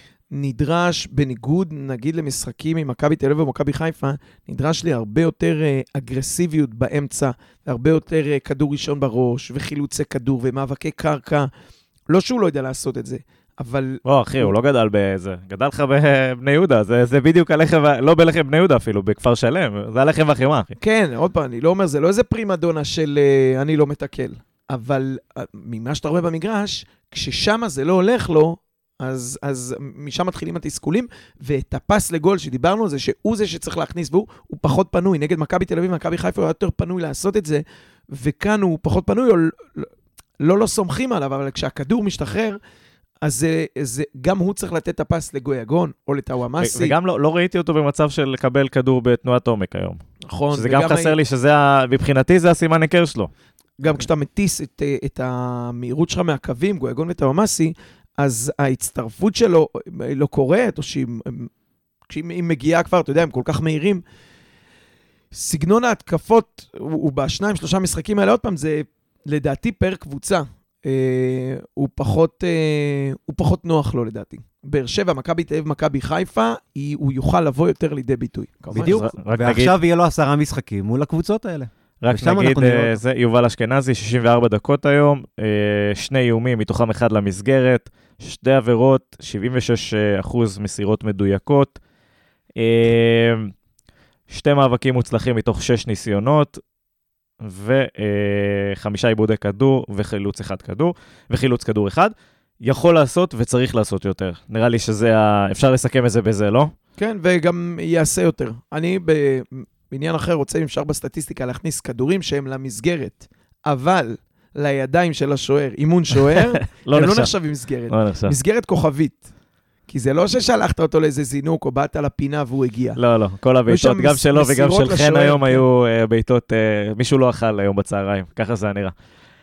נדרש בניגוד, נגיד למשחקים עם מכבי תל אביב ומכבי חיפה, נדרש לי הרבה יותר אגרסיביות באמצע, הרבה יותר כדור ראשון בראש, וחילוצי כדור ומאבקי קרקע. לא שהוא לא יודע לעשות את זה, אבל... לא, אחי, הוא לא גדל בזה. גדל לך בבני יהודה, זה, זה בדיוק הלחם, לא בלחם בני יהודה אפילו, בכפר שלם, זה הלחם והחימה, אחי. כן, עוד פעם, אני לא אומר, זה לא איזה פרימדונה של uh, אני לא מתקל, אבל uh, ממה שאתה רואה במגרש, כששם זה לא הולך לו, אז, אז משם מתחילים התסכולים, ואת הפס לגול שדיברנו על זה, שהוא זה שצריך להכניס, והוא הוא פחות פנוי, נגד מכבי תל אביב ומכבי חיפה הוא היה יותר פנוי לעשות את זה, וכאן הוא פחות פנוי, או לא לא סומכים עליו, אבל כשהכדור משתחרר, אז זה, זה, גם הוא צריך לתת את הפס לגויגון, או לטאוואמאסי. וגם לא, לא ראיתי אותו במצב של לקבל כדור בתנועת עומק היום. נכון. שזה גם חסר לי, שזה, מבחינתי זה הסימן היכר שלו. גם כשאתה מטיס את, את המהירות שלך מהקווים, גויגון וטאוואמאסי, אז ההצטרפות שלו לא קורית, או שהיא כשהיא מגיעה כבר, אתה יודע, הם כל כך מהירים. סגנון ההתקפות, הוא, הוא בשניים, שלושה משחקים האלה, עוד פעם, זה לדעתי פר קבוצה. אה, הוא, פחות, אה, הוא פחות נוח לו לדעתי. באר שבע, מכבי תל אביב, מכבי חיפה, היא, הוא יוכל לבוא יותר לידי ביטוי. בדיוק, ועכשיו נגיד... יהיה לו עשרה משחקים מול הקבוצות האלה. רק נגיד, זה יובל אשכנזי, שישים וארבע דקות היום, שני איומים, מתוכם אחד למסגרת, שתי עבירות, שבעים ושש אחוז מסירות מדויקות, שתי מאבקים מוצלחים מתוך שש ניסיונות, וחמישה עיבודי כדור, וחילוץ אחד כדור, וחילוץ כדור אחד. יכול לעשות וצריך לעשות יותר. נראה לי שזה, אפשר לסכם את זה בזה, לא? כן, וגם יעשה יותר. אני ב... בעניין אחר רוצה, אם אפשר בסטטיסטיקה, להכניס כדורים שהם למסגרת, אבל לידיים של השוער, אימון שוער, לא הם נחשב. לא נחשב במסגרת. לא נחשב. מסגרת כוכבית. כי זה לא ששלחת אותו לאיזה זינוק, או באת לפינה והוא הגיע. לא, לא, כל הביתות, גם שלו וגם של חן היום היו ביתות, מישהו לא אכל היום בצהריים, ככה זה נראה.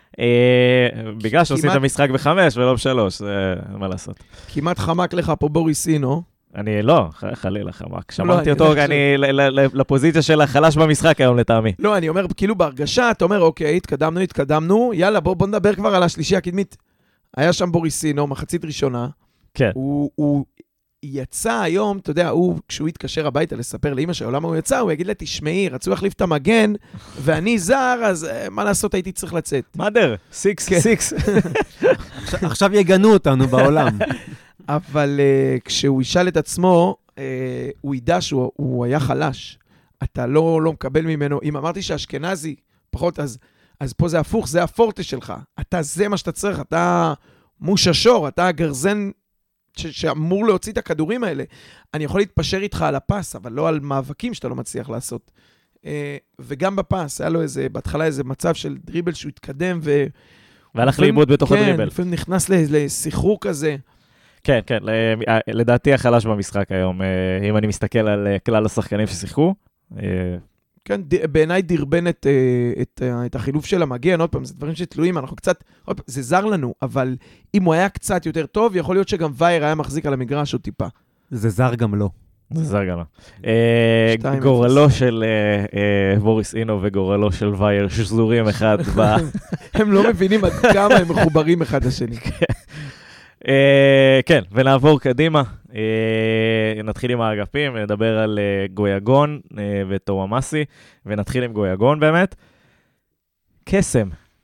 בגלל שעושים את המשחק בחמש ולא בשלוש, זה מה לעשות. כמעט חמק לך פה בוריסינו, אני לא, חלילה חמק. שמרתי אותו לפוזיציה של החלש במשחק היום לטעמי. לא, אני אומר, כאילו בהרגשה, אתה אומר, אוקיי, התקדמנו, התקדמנו, יאללה, בוא נדבר כבר על השלישי הקדמית. היה שם בוריסינו, מחצית ראשונה. כן. הוא יצא היום, אתה יודע, כשהוא התקשר הביתה לספר לאמא שלו, למה הוא יצא, הוא יגיד לה, תשמעי, רצו להחליף את המגן, ואני זר, אז מה לעשות, הייתי צריך לצאת. מאדר, סיקס, סיקס. עכשיו יגנו אותנו בעולם. אבל uh, כשהוא ישאל את עצמו, uh, הוא ידע שהוא הוא היה חלש. אתה לא, לא מקבל ממנו. אם אמרתי שאשכנזי פחות, אז, אז פה זה הפוך, זה הפורטה שלך. אתה זה מה שאתה צריך, אתה מוששור, אתה הגרזן ש, שאמור להוציא את הכדורים האלה. אני יכול להתפשר איתך על הפס, אבל לא על מאבקים שאתה לא מצליח לעשות. Uh, וגם בפס, היה לו איזה, בהתחלה איזה מצב של דריבל שהוא התקדם, ו... והלך לאיבוד בתוך כן, הדריבל. כן, לפעמים נכנס לסחרור כזה. כן, כן, לדעתי החלש במשחק היום, אם אני מסתכל על כלל השחקנים ששיחקו. כן, בעיניי דרבן את, את, את החילוף של המגן, עוד פעם, זה דברים שתלויים, אנחנו קצת, עוד פעם, זה זר לנו, אבל אם הוא היה קצת יותר טוב, יכול להיות שגם וייר היה מחזיק על המגרש עוד טיפה. זה זר גם לא. זה זר גם לא. גורלו של בוריס אינו וגורלו של וייר שזורים אחד ב... הם לא מבינים עד כמה הם מחוברים אחד לשני. כן, ונעבור קדימה, נתחיל עם האגפים, נדבר על גויגון וטאוואמאסי, ונתחיל עם גויגון באמת. קסם,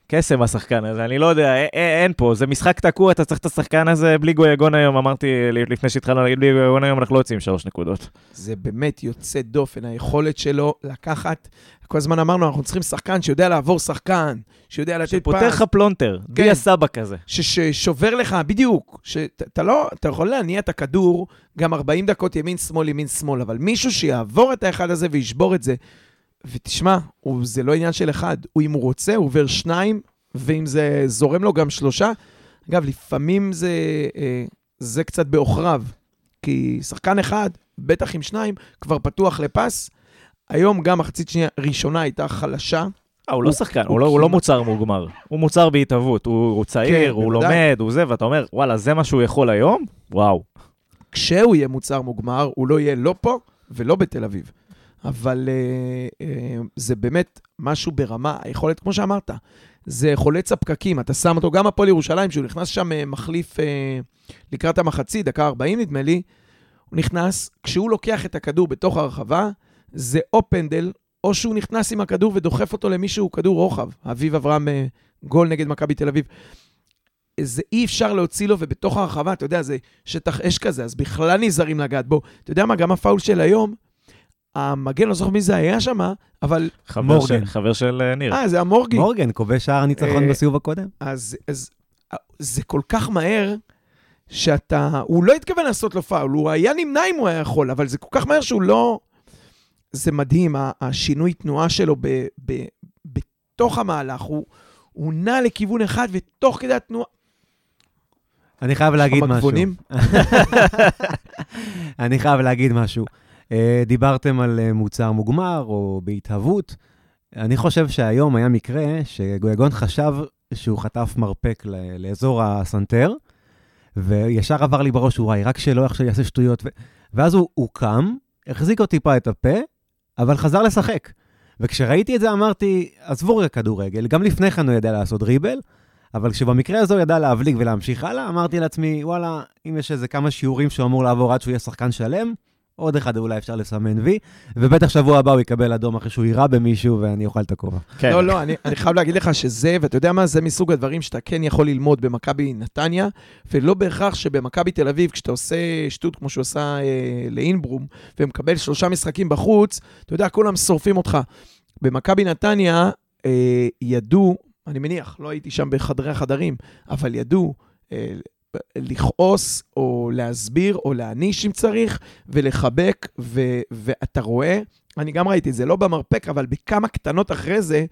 קסם השחקן הזה, אני לא יודע, א- א- אין פה, זה משחק תקוע, אתה צריך את השחקן הזה בלי גויגון היום, אמרתי לפני שהתחלנו להגיד בלי גויגון היום, אנחנו לא יוצאים שלוש נקודות. זה באמת יוצא דופן, היכולת שלו לקחת, כל הזמן אמרנו, אנחנו צריכים שחקן שיודע לעבור שחקן, שיודע לתת פס. שפותח לך פלונטר, כן. דיה סבא כזה. ש- ששובר לך, בדיוק, שאתה לא, אתה יכול להניע את הכדור גם ארבעים דקות ימין שמאל, ימין שמאל, אבל מישהו שיעבור את האחד הזה וישבור את זה, ותשמע, הוא, זה לא עניין של אחד, הוא אם הוא רוצה, הוא עובר שניים, ואם זה זורם לו גם שלושה, אגב, לפעמים זה, זה קצת באוכריו, כי שחקן אחד, בטח עם שניים, כבר פתוח לפס, היום גם החצית שנייה ראשונה הייתה חלשה. אה, הוא לא שחקן, הוא לא, הוא לא מוצר מוגמר. הוא מוצר בהתהוות, הוא, הוא צעיר, הוא לומד, הוא זה, ואתה אומר, וואלה, זה מה שהוא יכול היום? וואו. כשהוא יהיה מוצר מוגמר, הוא לא יהיה לא פה ולא בתל אביב. אבל אה, אה, זה באמת משהו ברמה, היכולת, כמו שאמרת, זה חולץ הפקקים, אתה שם אותו, גם הפועל ירושלים, שהוא נכנס שם אה, מחליף אה, לקראת המחצית, דקה ארבעים נדמה לי, הוא נכנס, כשהוא לוקח את הכדור בתוך הרחבה, זה או פנדל, או שהוא נכנס עם הכדור ודוחף אותו למישהו כדור רוחב. אביב אברהם גול נגד מכבי תל אביב. זה אי אפשר להוציא לו, ובתוך הרחבה, אתה יודע, זה שטח אש כזה, אז בכלל נזהרים לגעת בו. אתה יודע מה, גם הפאול של היום, המגן, לא זוכר מי זה היה שם, אבל... חבר של, חבר של ניר. אה, זה המורגי. מורגן, כובש שער הניצחון בסיבוב הקודם. אז, אז זה כל כך מהר, שאתה... הוא לא התכוון לעשות לו פאול, הוא היה נמנע אם הוא היה יכול, אבל זה כל כך מהר שהוא לא... זה מדהים, השינוי תנועה שלו ב, ב, בתוך המהלך, הוא, הוא נע לכיוון אחד, ותוך כדי התנועה... אני חייב להגיד משהו. אני חייב להגיד משהו. דיברתם על מוצר מוגמר, או בהתהוות. אני חושב שהיום היה מקרה שגויגון חשב שהוא חטף מרפק לאזור הסנטר, וישר עבר לי בראש, וואי, רק שלא עכשיו יעשה שטויות. ואז הוא, הוא קם, החזיק אותי פה את הפה, אבל חזר לשחק. וכשראיתי את זה אמרתי, עזבו רגע כדורגל, גם לפני כן הוא ידע לעשות דריבל, אבל כשבמקרה הזה הוא ידע להבליג ולהמשיך הלאה, אמרתי לעצמי, וואלה, אם יש איזה כמה שיעורים שהוא אמור לעבור עד שהוא יהיה שחקן שלם, עוד אחד אולי אפשר לסמן וי, ובטח שבוע הבא הוא יקבל אדום אחרי שהוא יירה במישהו ואני אוכל את הכובע. כן. לא, לא, אני, אני חייב להגיד לך שזה, ואתה יודע מה, זה מסוג הדברים שאתה כן יכול ללמוד במכבי נתניה, ולא בהכרח שבמכבי תל אביב, כשאתה עושה שטות כמו שהוא עושה אה, לאינברום, ומקבל שלושה משחקים בחוץ, אתה יודע, כולם שורפים אותך. במכבי נתניה אה, ידעו, אני מניח, לא הייתי שם בחדרי החדרים, אבל ידעו, אה, לכעוס או להסביר או להניש אם צריך ולחבק ו- ואתה רואה, אני גם ראיתי את זה, לא במרפק, אבל בכמה קטנות אחרי זה,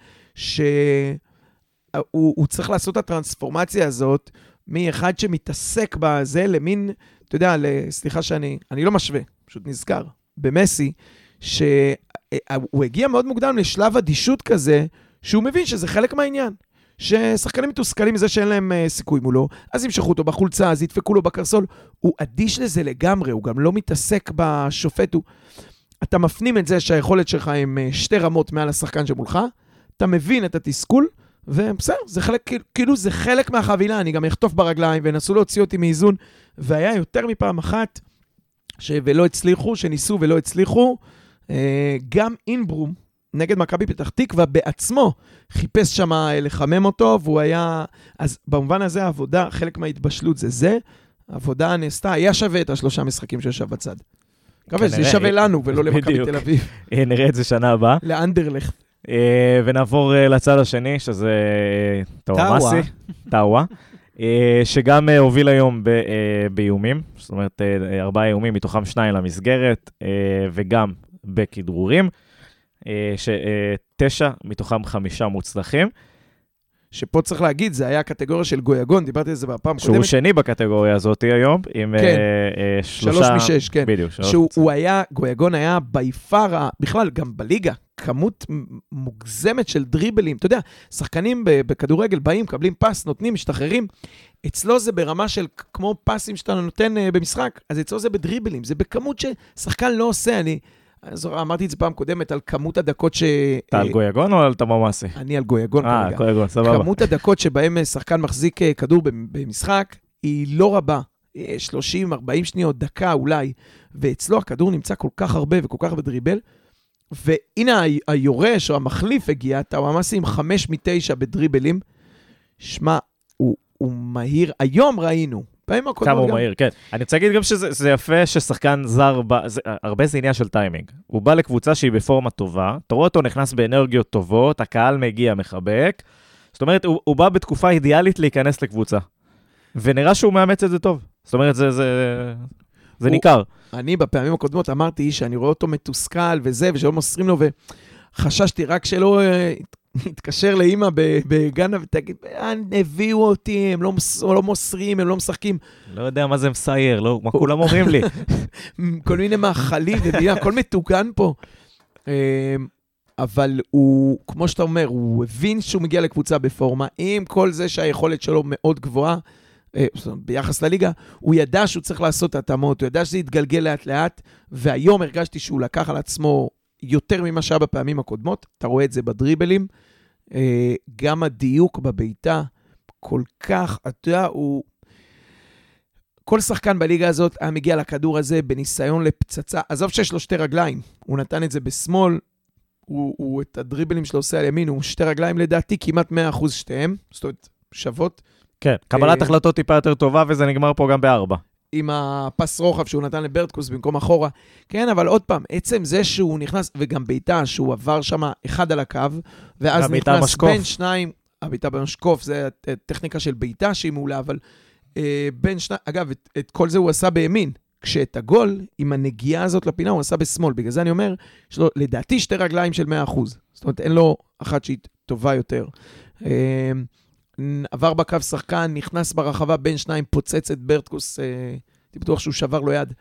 שהוא צריך לעשות את הטרנספורמציה הזאת, מאחד שמתעסק בזה למין, אתה יודע, סליחה שאני, אני לא משווה, פשוט נזכר, במסי, שהוא הגיע מאוד מוקדם לשלב אדישות כזה, שהוא מבין שזה חלק מהעניין. ששחקנים מתוסכלים מזה שאין להם uh, סיכוי מולו, אז ימשכו אותו בחולצה, אז ידפקו לו בקרסול, הוא אדיש לזה לגמרי, הוא גם לא מתעסק בשופט, הוא... אתה מפנים את זה שהיכולת שלך עם uh, שתי רמות מעל השחקן שמולך, אתה מבין את התסכול, ובסדר, זה חלק, כאילו זה חלק מהחבילה, אני גם אחטוף ברגליים, ונסו להוציא אותי מאיזון, והיה יותר מפעם אחת, ש... ולא הצליחו, שניסו ולא הצליחו, uh, גם אינברום, נגד מכבי פתח תקווה בעצמו, חיפש שם לחמם אותו, והוא היה, אז במובן הזה העבודה, חלק מההתבשלות זה זה, העבודה נעשתה, היה שווה את השלושה משחקים שישב בצד. מקווה שזה שווה לנו ולא למכבי תל אביב. נראה את זה שנה הבאה. לאנדרלכט. ונעבור לצד השני, שזה טאווה, טאווה, שגם הוביל היום באיומים, זאת אומרת, ארבעה איומים, מתוכם שניים למסגרת, וגם בכדרורים. שתשע מתוכם חמישה מוצלחים. שפה צריך להגיד, זה היה קטגוריה של גויגון, דיברתי על זה בפעם שהוא קודמת. שהוא שני בקטגוריה הזאת היום, עם כן. uh, שלושה... שלוש משש, כן. בדיוק. שהוא הוא היה, גויגון היה ביפר, בכלל גם בליגה, כמות מוגזמת של דריבלים. אתה יודע, שחקנים בכדורגל באים, קבלים פס, נותנים, משתחררים. אצלו זה ברמה של כמו פסים שאתה נותן במשחק, אז אצלו זה בדריבלים. זה בכמות ששחקן לא עושה, אני... אמרתי את זה פעם קודמת על כמות הדקות ש... אתה על גויגון או על תמומאסי? אני על גויגון כרגע. אה, גויגון, סבבה. כמות הדקות שבהם שחקן מחזיק כדור במשחק היא לא רבה. שלושים ארבעים שניות, דקה אולי, ואצלו הכדור נמצא כל כך הרבה וכל כך הרבה דריבל, והנה היורש או המחליף הגיע, תמומאסי עם חמש מתשע בדריבלים, שמע, הוא, הוא מהיר, היום ראינו, פעמים הקודמות כמה הוא גם. מהיר, כן. אני רוצה להגיד גם שזה יפה ששחקן זר, בא, זה, הרבה זה עניין של טיימינג. הוא בא לקבוצה שהיא בפורמה טובה, אתה רואה אותו נכנס באנרגיות טובות, הקהל מגיע, מחבק, זאת אומרת, הוא, הוא בא בתקופה אידיאלית להיכנס לקבוצה. ונראה שהוא מאמץ את זה טוב. זאת אומרת, זה, זה, זה הוא, ניכר. אני בפעמים הקודמות אמרתי שאני רואה אותו מתוסכל וזה, ושלא מוסרים לו, וחששתי רק שלא יתקשר לאמא בגנה ותגיד, הביאו אותי, הם לא, מוס, לא מוסרים, הם לא משחקים. לא יודע מה זה מסייר, לא, מה כולם אומרים לי. כל מיני מאכלים, ובייה, הכל מתוקן פה. אבל הוא, כמו שאתה אומר, הוא הבין שהוא מגיע לקבוצה בפורמה, עם כל זה שהיכולת שלו מאוד גבוהה, ביחס לליגה, הוא ידע שהוא צריך לעשות התאמות, הוא ידע שזה יתגלגל לאט לאט, והיום הרגשתי שהוא לקח על עצמו יותר ממה שהיה בפעמים הקודמות, אתה רואה את זה בדריבלים, גם הדיוק בביתה, כל כך, אתה יודע, הוא... כל שחקן בליגה הזאת היה מגיע לכדור הזה בניסיון לפצצה, עזוב שיש לו שתי רגליים, הוא נתן את זה בשמאל, הוא, הוא את הדריבלים שלו עושה על ימין, הוא שתי רגליים לדעתי, כמעט מאה אחוז שתיהם, זאת אומרת, שוות. כן, קבלת החלטות טיפה יותר טובה, וזה נגמר פה גם בארבע. עם הפס רוחב שהוא נתן לברטקוס במקום אחורה. כן, אבל עוד פעם, עצם זה שהוא נכנס, וגם ביתה שהוא עבר שם אחד על הקו, ואז נכנס בין שניים, הביתה במשקוף, זה טכניקה של ביתה שהיא מעולה, אבל אה, בין שניים, אגב, את, את כל זה הוא עשה בימין, כשאת הגול, עם הנגיעה הזאת לפינה, הוא עשה בשמאל. בגלל זה אני אומר, יש לו לדעתי שתי רגליים של מאה אחוז. זאת אומרת, אין לו אחת שהיא טובה יותר. אה, עבר בקו שחקן, נכנס ברחבה בין שניים, פוצץ את ברטקוס, אה, בטוח שהוא שבר לו יד.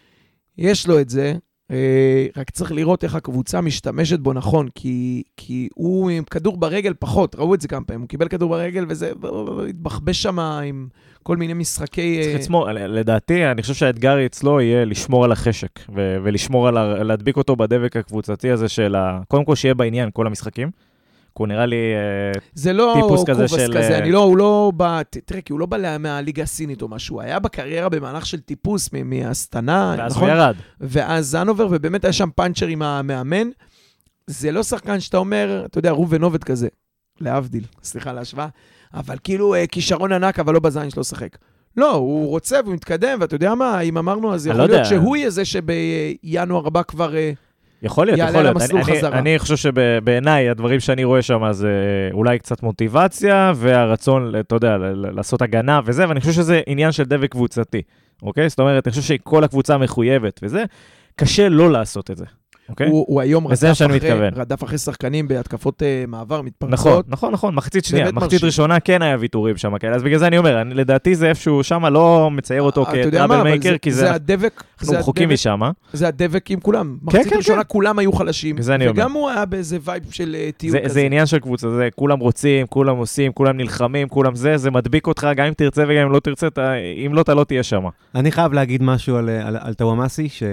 יש לו את זה, אה, רק צריך לראות איך הקבוצה משתמשת בו נכון, כי, כי הוא עם כדור ברגל פחות, ראו את זה כמה פעמים, הוא קיבל כדור ברגל וזה התבחבש שם עם כל מיני משחקי... צריך לצמור, לדעתי, אני חושב שהאתגר אצלו יהיה לשמור על החשק, ו- ולשמור על, ה- להדביק אותו בדבק הקבוצתי הזה של ה... קודם כל שיהיה בעניין כל המשחקים, כי הוא נראה לי זה לא טיפוס כזה של... כזה, אני לא, הוא לא בא, תראה, כי הוא לא בא מהליגה הסינית או משהו, היה בקריירה במהלך של טיפוס מהסטנה, ואז נכון? הוא ירד. ואז זנובר, ובאמת היה שם פאנצ'ר עם המאמן, זה לא שחקן שאתה אומר, אתה יודע, רובן עובד כזה, להבדיל, סליחה להשוואה, אבל כאילו כישרון ענק, אבל לא בזין שלו שחק. לא, הוא רוצה והוא מתקדם, ואתה יודע מה, אם אמרנו, אז יכול לא להיות יודע. שהוא יהיה זה שבינואר הבא כבר... יכול להיות, יכול להיות. אני, אני, אני חושב שבעיניי הדברים שאני רואה שם זה אולי קצת מוטיבציה והרצון, אתה יודע, לעשות הגנה וזה, ואני חושב שזה עניין של דבק קבוצתי, אוקיי? זאת אומרת, אני חושב שכל הקבוצה מחויבת וזה, קשה לא לעשות את זה. Okay? הוא, הוא היום רדף אחרי, מתכוון. רדף אחרי שחקנים בהתקפות uh, מעבר מתפרצות. נכון, נכון, נכון, מחצית שנייה, מחצית מרשים. ראשונה כן היה ויתורים שם כאלה, אז בגלל זה אני אומר, אני, לדעתי זה איפשהו שם לא מצייר אותו כטראבל מייקר, כי זה, זה הדבק, אנחנו מחוקים משם. זה הדבק עם כולם. מחצית כן, ראשונה כן. כולם היו חלשים, וגם הוא היה באיזה וייב של uh, תיוק כזה. זה עניין של קבוצה, זה כולם רוצים, כולם עושים, כולם נלחמים, כולם זה, זה מדביק אותך, גם אם תרצה וגם אם לא תרצה, אם לא, אתה לא תהיה שם. אני חייב להגיד משהו על, על, על טוואמאסי, ש...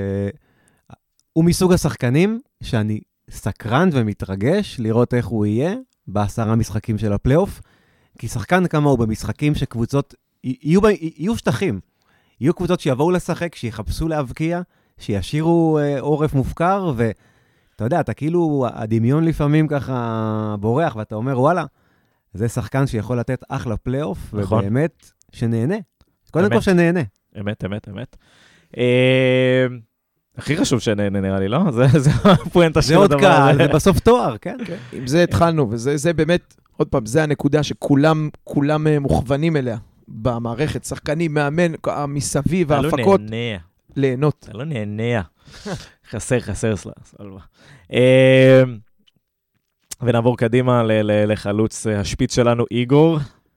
הוא מסוג השחקנים שאני סקרן ומתרגש לראות איך הוא יהיה בעשרה משחקים של הפלייאוף, כי שחקן כמה הוא במשחקים שקבוצות, יהיו, יהיו שטחים, יהיו קבוצות שיבואו לשחק, שיחפשו להבקיע, שישירו אה, עורף מופקר, ואתה יודע, אתה כאילו, הדמיון לפעמים ככה בורח, ואתה אומר, וואלה, זה שחקן שיכול לתת אחלה פלייאוף, נכון. ובאמת שנהנה. קודם אמת. כל שנהנה. אמת, אמת, אמת. אה... הכי חשוב שנהנה נראה לי, לא? זה הפואנטה של הדבר הזה. זה עוד קל, זה בסוף תואר, כן? עם זה התחלנו, וזה באמת, עוד פעם, זה הנקודה שכולם כולם מוכוונים אליה, במערכת, שחקנים, מאמן, מסביב, ההפקות. אתה לא נהנה. ליהנות. אתה לא נהנה. חסר, חסר, סלווה. ונעבור קדימה לחלוץ השפיץ שלנו, איגור.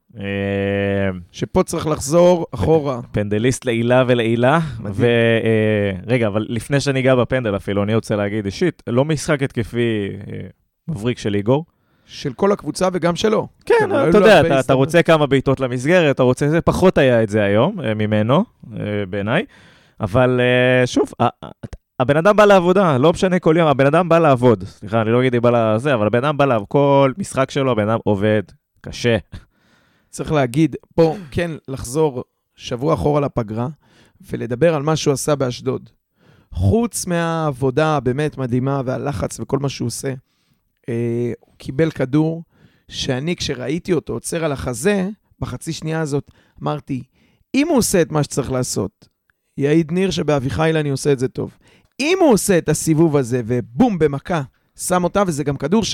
שפה צריך לחזור אחורה. פנדליסט לעילה ולעילה. רגע, אבל לפני שאני אגע בפנדל אפילו, אני רוצה להגיד אישית, לא משחק התקפי מבריק של איגור. של כל הקבוצה וגם שלו. כן, אתה יודע, אתה רוצה כמה בעיטות למסגרת, אתה רוצה, זה פחות היה את זה היום ממנו, בעיניי. אבל שוב, הבן אדם בא לעבודה, לא משנה כל יום, הבן אדם בא לעבוד. סליחה, אני לא אגיד לי בא לזה, אבל הבן אדם בא לעבוד, כל משחק שלו, הבן אדם עובד קשה. צריך להגיד, פה כן לחזור שבוע אחורה לפגרה, ולדבר על מה שהוא עשה באשדוד. חוץ מהעבודה באמת מדהימה, והלחץ וכל מה שהוא עושה, אה, הוא קיבל כדור, שאני כשראיתי אותו עוצר על החזה, בחצי שנייה הזאת, אמרתי, אם הוא עושה את מה שצריך לעשות, יעיד ניר שבאביחי אני עושה את זה טוב. אם הוא עושה את הסיבוב הזה, ובום, במכה, שם אותה, וזה גם כדור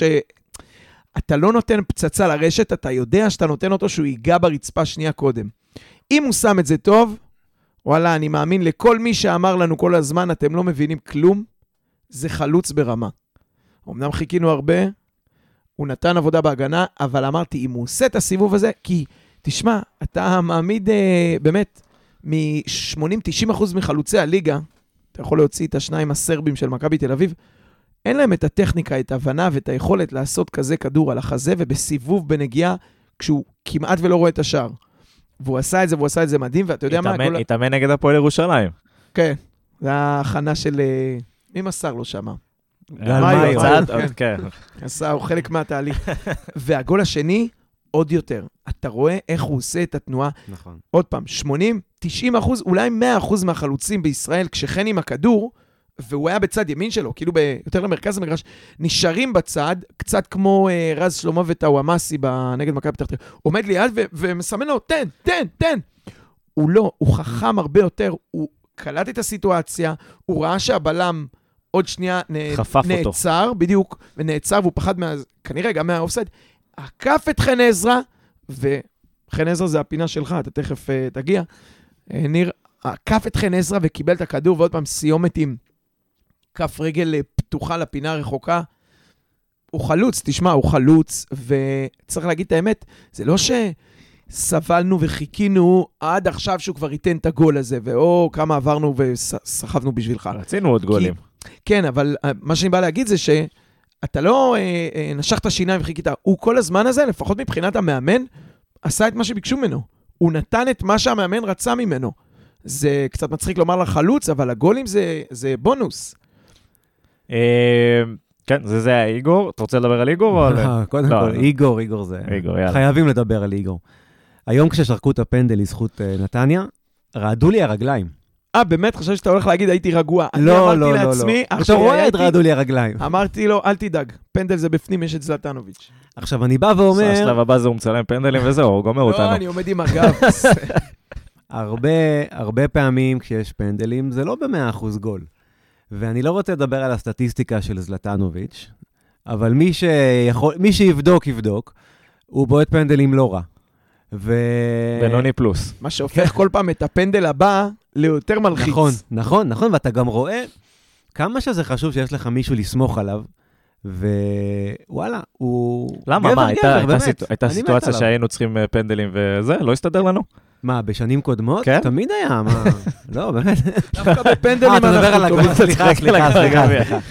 שאתה לא נותן פצצה לרשת, אתה יודע שאתה נותן אותו שהוא ייגע ברצפה שנייה קודם. אם הוא שם את זה טוב, וואלה, אני מאמין לכל מי שאמר לנו כל הזמן, אתם לא מבינים כלום, זה חלוץ ברמה. אמנם חיכינו הרבה, הוא נתן עבודה בהגנה, אבל אמרתי, אם הוא עושה את הסיבוב הזה, כי, תשמע, אתה מעמיד אה, באמת, מ-שמונים עד תשעים אחוז מחלוצי הליגה, אתה יכול להוציא את השניים הסרבים של מכבי תל אביב, אין להם את הטכניקה, את ההבנה ואת היכולת לעשות כזה כדור על החזה, ובסיבוב בנגיעה, כשהוא כמעט ולא רואה את השער. והוא עשה את זה, והוא עשה את זה מדהים, ואתה יודע מה... התאמן נגד הפועל ירושלים. כן, זה ההכנה של... מי מסר לו שמה? גל מאיו. כן. עשה, הוא חלק מהתהליך. והגול השני, עוד יותר. אתה רואה איך הוא עושה את התנועה. נכון. עוד פעם, שמונים, תשעים אחוז, אולי מאה אחוז מהחלוצים בישראל, כשכן עם הכדור, והוא היה בצד ימין שלו, כאילו יותר למרכז המגרש, נשארים בצד, קצת כמו אה, רז שלמה וטאוואמאסי נגד מכבי פתח תקווה. עומד ליד ו- ומסמן לו, תן, תן, תן. הוא לא, הוא חכם הרבה יותר, הוא קלט את הסיטואציה, הוא ראה שהבלם עוד שנייה נ- נעצר, אותו. בדיוק, ונעצר, והוא פחד מה, כנראה גם מהאופסייד, עקף את חן עזרא, וחן עזרא זה הפינה שלך, אתה תכף uh, תגיע, uh, ניר, עקף את חן עזרא וקיבל את הכדור, ועוד פעם סיומת עם כף רגל פתוחה לפינה הרחוקה, הוא חלוץ, תשמע, הוא חלוץ, וצריך להגיד את האמת, זה לא שסבלנו וחיכינו עד עכשיו שהוא כבר ייתן את הגול הזה, ואו כמה עברנו וסחבנו בשבילך. רצינו עוד גולים. כי, כן, אבל מה שאני בא להגיד זה שאתה לא אה, אה, נשכת שיניים וחיכית, הוא כל הזמן הזה, לפחות מבחינת המאמן, עשה את מה שביקשו ממנו. הוא נתן את מה שהמאמן רצה ממנו. זה קצת מצחיק לומר לחלוץ, אבל הגולים זה, זה בונוס. כן, זה זה איגור. אתה רוצה לדבר על איגור? קודם כל, איגור, איגור זה... חייבים לדבר על איגור. היום כששרקו את הפנדל לזכות נתניה, רעדו לי הרגליים. אה, באמת? חשבתי שאתה הולך להגיד, הייתי רגוע. לא, לא, לא. אתה רואה את רעדו לי הרגליים. אמרתי לו, אל תדאג, פנדל זה בפנים, יש את זלטנוביץ'. עכשיו, אני בא ואומר... השלב הבא זה הוא מצלם פנדלים וזהו, הוא גומר אותנו. לא, אני עומד עם הגב. הרבה, הרבה פעמים כשיש פנדלים, זה לא ב-מאה אחוז גול. ואני לא רוצה לדבר על הסטטיסטיקה של זלטנוביץ', אבל מי שיכול, מי שיבדוק, יבדוק, הוא בועט פנדלים לא רע. ו... בנוני פלוס. מה שהופך כל פעם את הפנדל הבא ליותר מלחיץ. נכון, נכון, נכון, ואתה גם רואה כמה שזה חשוב שיש לך מישהו לסמוך עליו, ווואלה, הוא... למה? מה? הייתה סיטואציה שהיינו צריכים פנדלים וזה? לא הסתדר לנו? מה, בשנים קודמות? כן? תמיד היה, מה? לא, באמת. דווקא בפנדלים אנחנו טובים. אה, אתה מדבר על הגול, סליחה, סליחה, סליחה.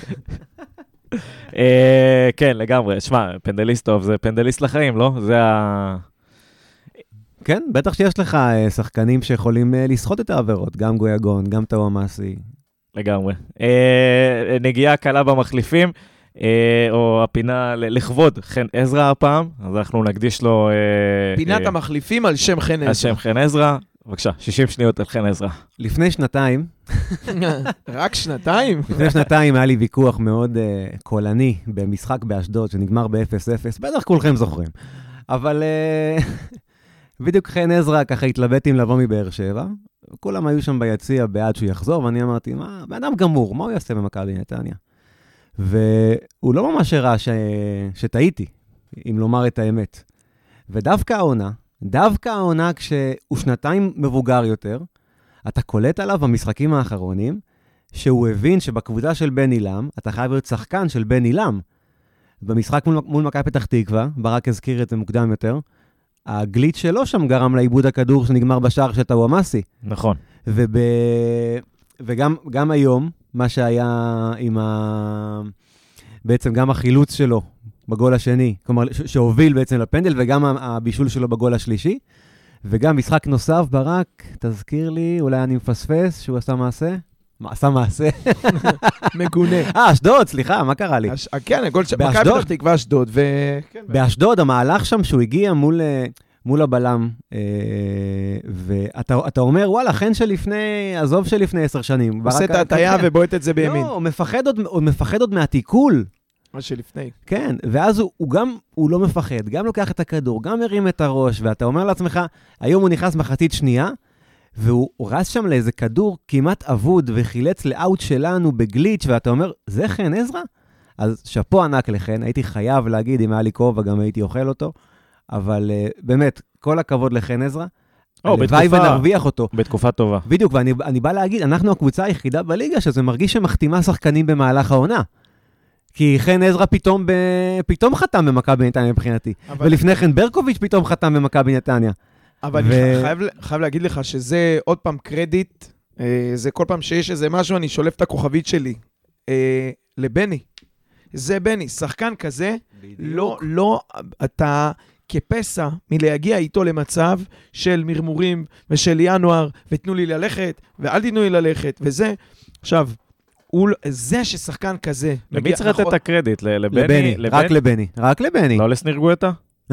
כן, לגמרי. שמע, פנדליסט טוב, זה פנדליסט לחיים, לא? זה ה... כן, בטח שיש לך שחקנים שיכולים לסחוט את העבירות, גם גויגון, גם טאוואמאסי. לגמרי. נגיעה קלה במחליפים, או הפינה לכבוד חן עזרא הפעם, אז אנחנו נקדיש לו... פינת המחליפים על שם חן עזרא. על שם חן עזרא. בבקשה, שישים שניות על חן עזרא. לפני שנתיים... רק שנתיים? לפני שנתיים היה לי ויכוח מאוד קולני במשחק באשדוד, שנגמר ב-אפס אפס, בטח כולכם זוכרים. אבל... בדיוק חן עזרא ככה התלבט עם לבוא מבאר שבע, כולם היו שם ביציע בעד שהוא יחזור, ואני אמרתי, מה, באדם גמור, מה הוא יעשה במכבי נתניה? והוא לא ממש הראה ש... שטעיתי, אם לומר את האמת. ודווקא העונה, דווקא העונה כשהוא שנתיים מבוגר יותר, אתה קולט עליו במשחקים האחרונים, שהוא הבין שבקבוצה של בן אילם, אתה חייב להיות שחקן של בן אילם. במשחק מול, מול מכבי פתח תקווה, ברק הזכיר את זה מוקדם יותר, הגליץ' שלו שם גרם לאיבוד הכדור שנגמר בשער של טאוואמאסי. נכון. וב... וגם גם היום, מה שהיה עם ה... בעצם גם החילוץ שלו בגול השני, כלומר, ש- שהוביל בעצם לפנדל, וגם הבישול שלו בגול השלישי, וגם משחק נוסף, ברק, תזכיר לי, אולי אני מפספס, שהוא עשה מעשה? מה, עשה מעשה? מגונה. אה, אשדוד, סליחה, מה קרה לי? כן, הגול של מכבי פתח תקווה אשדוד, ו... באשדוד, המהלך שם שהוא הגיע מול... מול הבלם, ואתה אומר, וואלה, חן שלפני, עזוב שלפני עשר שנים. עושה את ההטיה ובועט את זה בימין. לא, הוא מפחד עוד מהתיקול. מה שלפני. כן, ואז הוא, הוא גם, הוא לא מפחד, גם לוקח את הכדור, גם מרים את הראש, ואתה אומר לעצמך, היום הוא נכנס מחצית שנייה, והוא רץ שם לאיזה כדור כמעט אבוד, וחילץ לאוט שלנו בגליץ', ואתה אומר, זה חן עזרא? אז שפו ענק לכן, הייתי חייב להגיד, אם היה לי כובע, גם הייתי אוכל אותו, אבל uh, באמת, כל הכבוד לחן עזרא, הלוואי ונרוויח אותו. בתקופה טובה. בדיוק, ואני אני בא להגיד, אנחנו הקבוצה היחידה בליגה, שזה מרגיש שמחתימה שחקנים במהלך העונה. כי חן עזרא פתאום, ב... פתאום חתם במכבי נתניה מבחינתי, אבל... ולפני כן ברקוביץ' פתאום חתם במכבי נתניה. אבל ו... אני חייב, חייב להגיד לך שזה עוד פעם קרדיט, אה, זה כל פעם שיש איזה משהו, אני שולף את הכוכבית שלי, אה, לבני. זה בני, שחקן כזה, לא, לא, אתה כפסע מלהגיע איתו למצב של מרמורים ושל ינואר, ותנו לי ללכת, ואל תיתנו לי ללכת, וזה, עכשיו, הוא, זה ששחקן כזה... למי צריך לתת את הקרדיט? לבני? לבני, רק לבני, רק לבני. לא לסניר גואטה?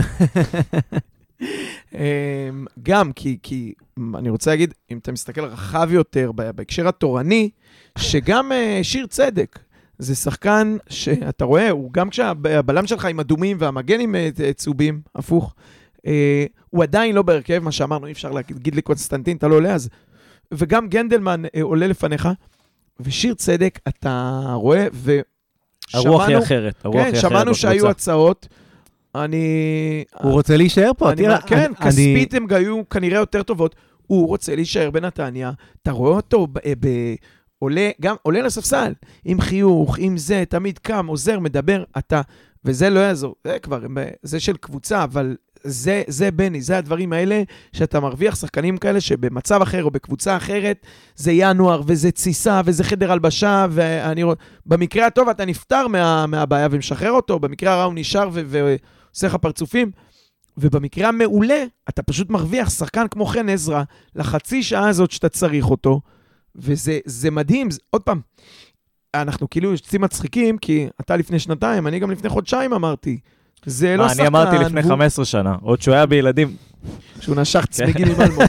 גם, כי, כי אני רוצה להגיד, אם אתה מסתכל רחב יותר בהקשר התורני, שגם שיר צדק, זה שחקן שאתה רואה, הוא גם כשהבלם שלך עם אדומים והמגנים צהובים, הפוך, הוא עדיין לא בהרכב, מה שאמרנו, אי אפשר להגיד לקונסטנטין, אתה לא עולה אז, וגם גנדלמן עולה לפניך, ושיר צדק, אתה רואה, ושמענו... הרוח היא אחרת, הרוח היא כן, אחרת. שמענו שהיו הצעות, אני... הוא רוצה להישאר פה, תראה. כן, כספית הם היו כנראה יותר טובות, הוא רוצה להישאר בנתניה, אתה רואה אותו עולה, גם עולה לספסל, עם חיוך, עם זה, תמיד קם, עוזר, מדבר, אתה, וזה לא יעזור, זה כבר, זה של קבוצה, אבל זה, זה בני, זה הדברים האלה, שאתה מרוויח שחקנים כאלה, שבמצב אחר או בקבוצה אחרת, זה ינואר, וזה ציסה, וזה חדר הלבשה, ואני רואה, במקרה הטוב אתה נפטר מה, מהבעיה, ומשחרר אותו, במקרה הרע הוא נשאר, ו... ועושה לך פרצופים, ובמקרה המעולה, אתה פשוט מרוויח שחקן כמו חן עזרא, לחצי שעה הזאת שאתה צריך אותו, וזה זה מדהים, זה, עוד פעם, אנחנו כאילו יוצאים מצחיקים, כי אתה לפני שנתיים, אני גם לפני חודשיים אמרתי, זה לא שחקן... אני אמרתי לפני חמש עשרה שנה, עוד שהוא היה בילדים. שהוא נשך צמיגים עם אלמוג.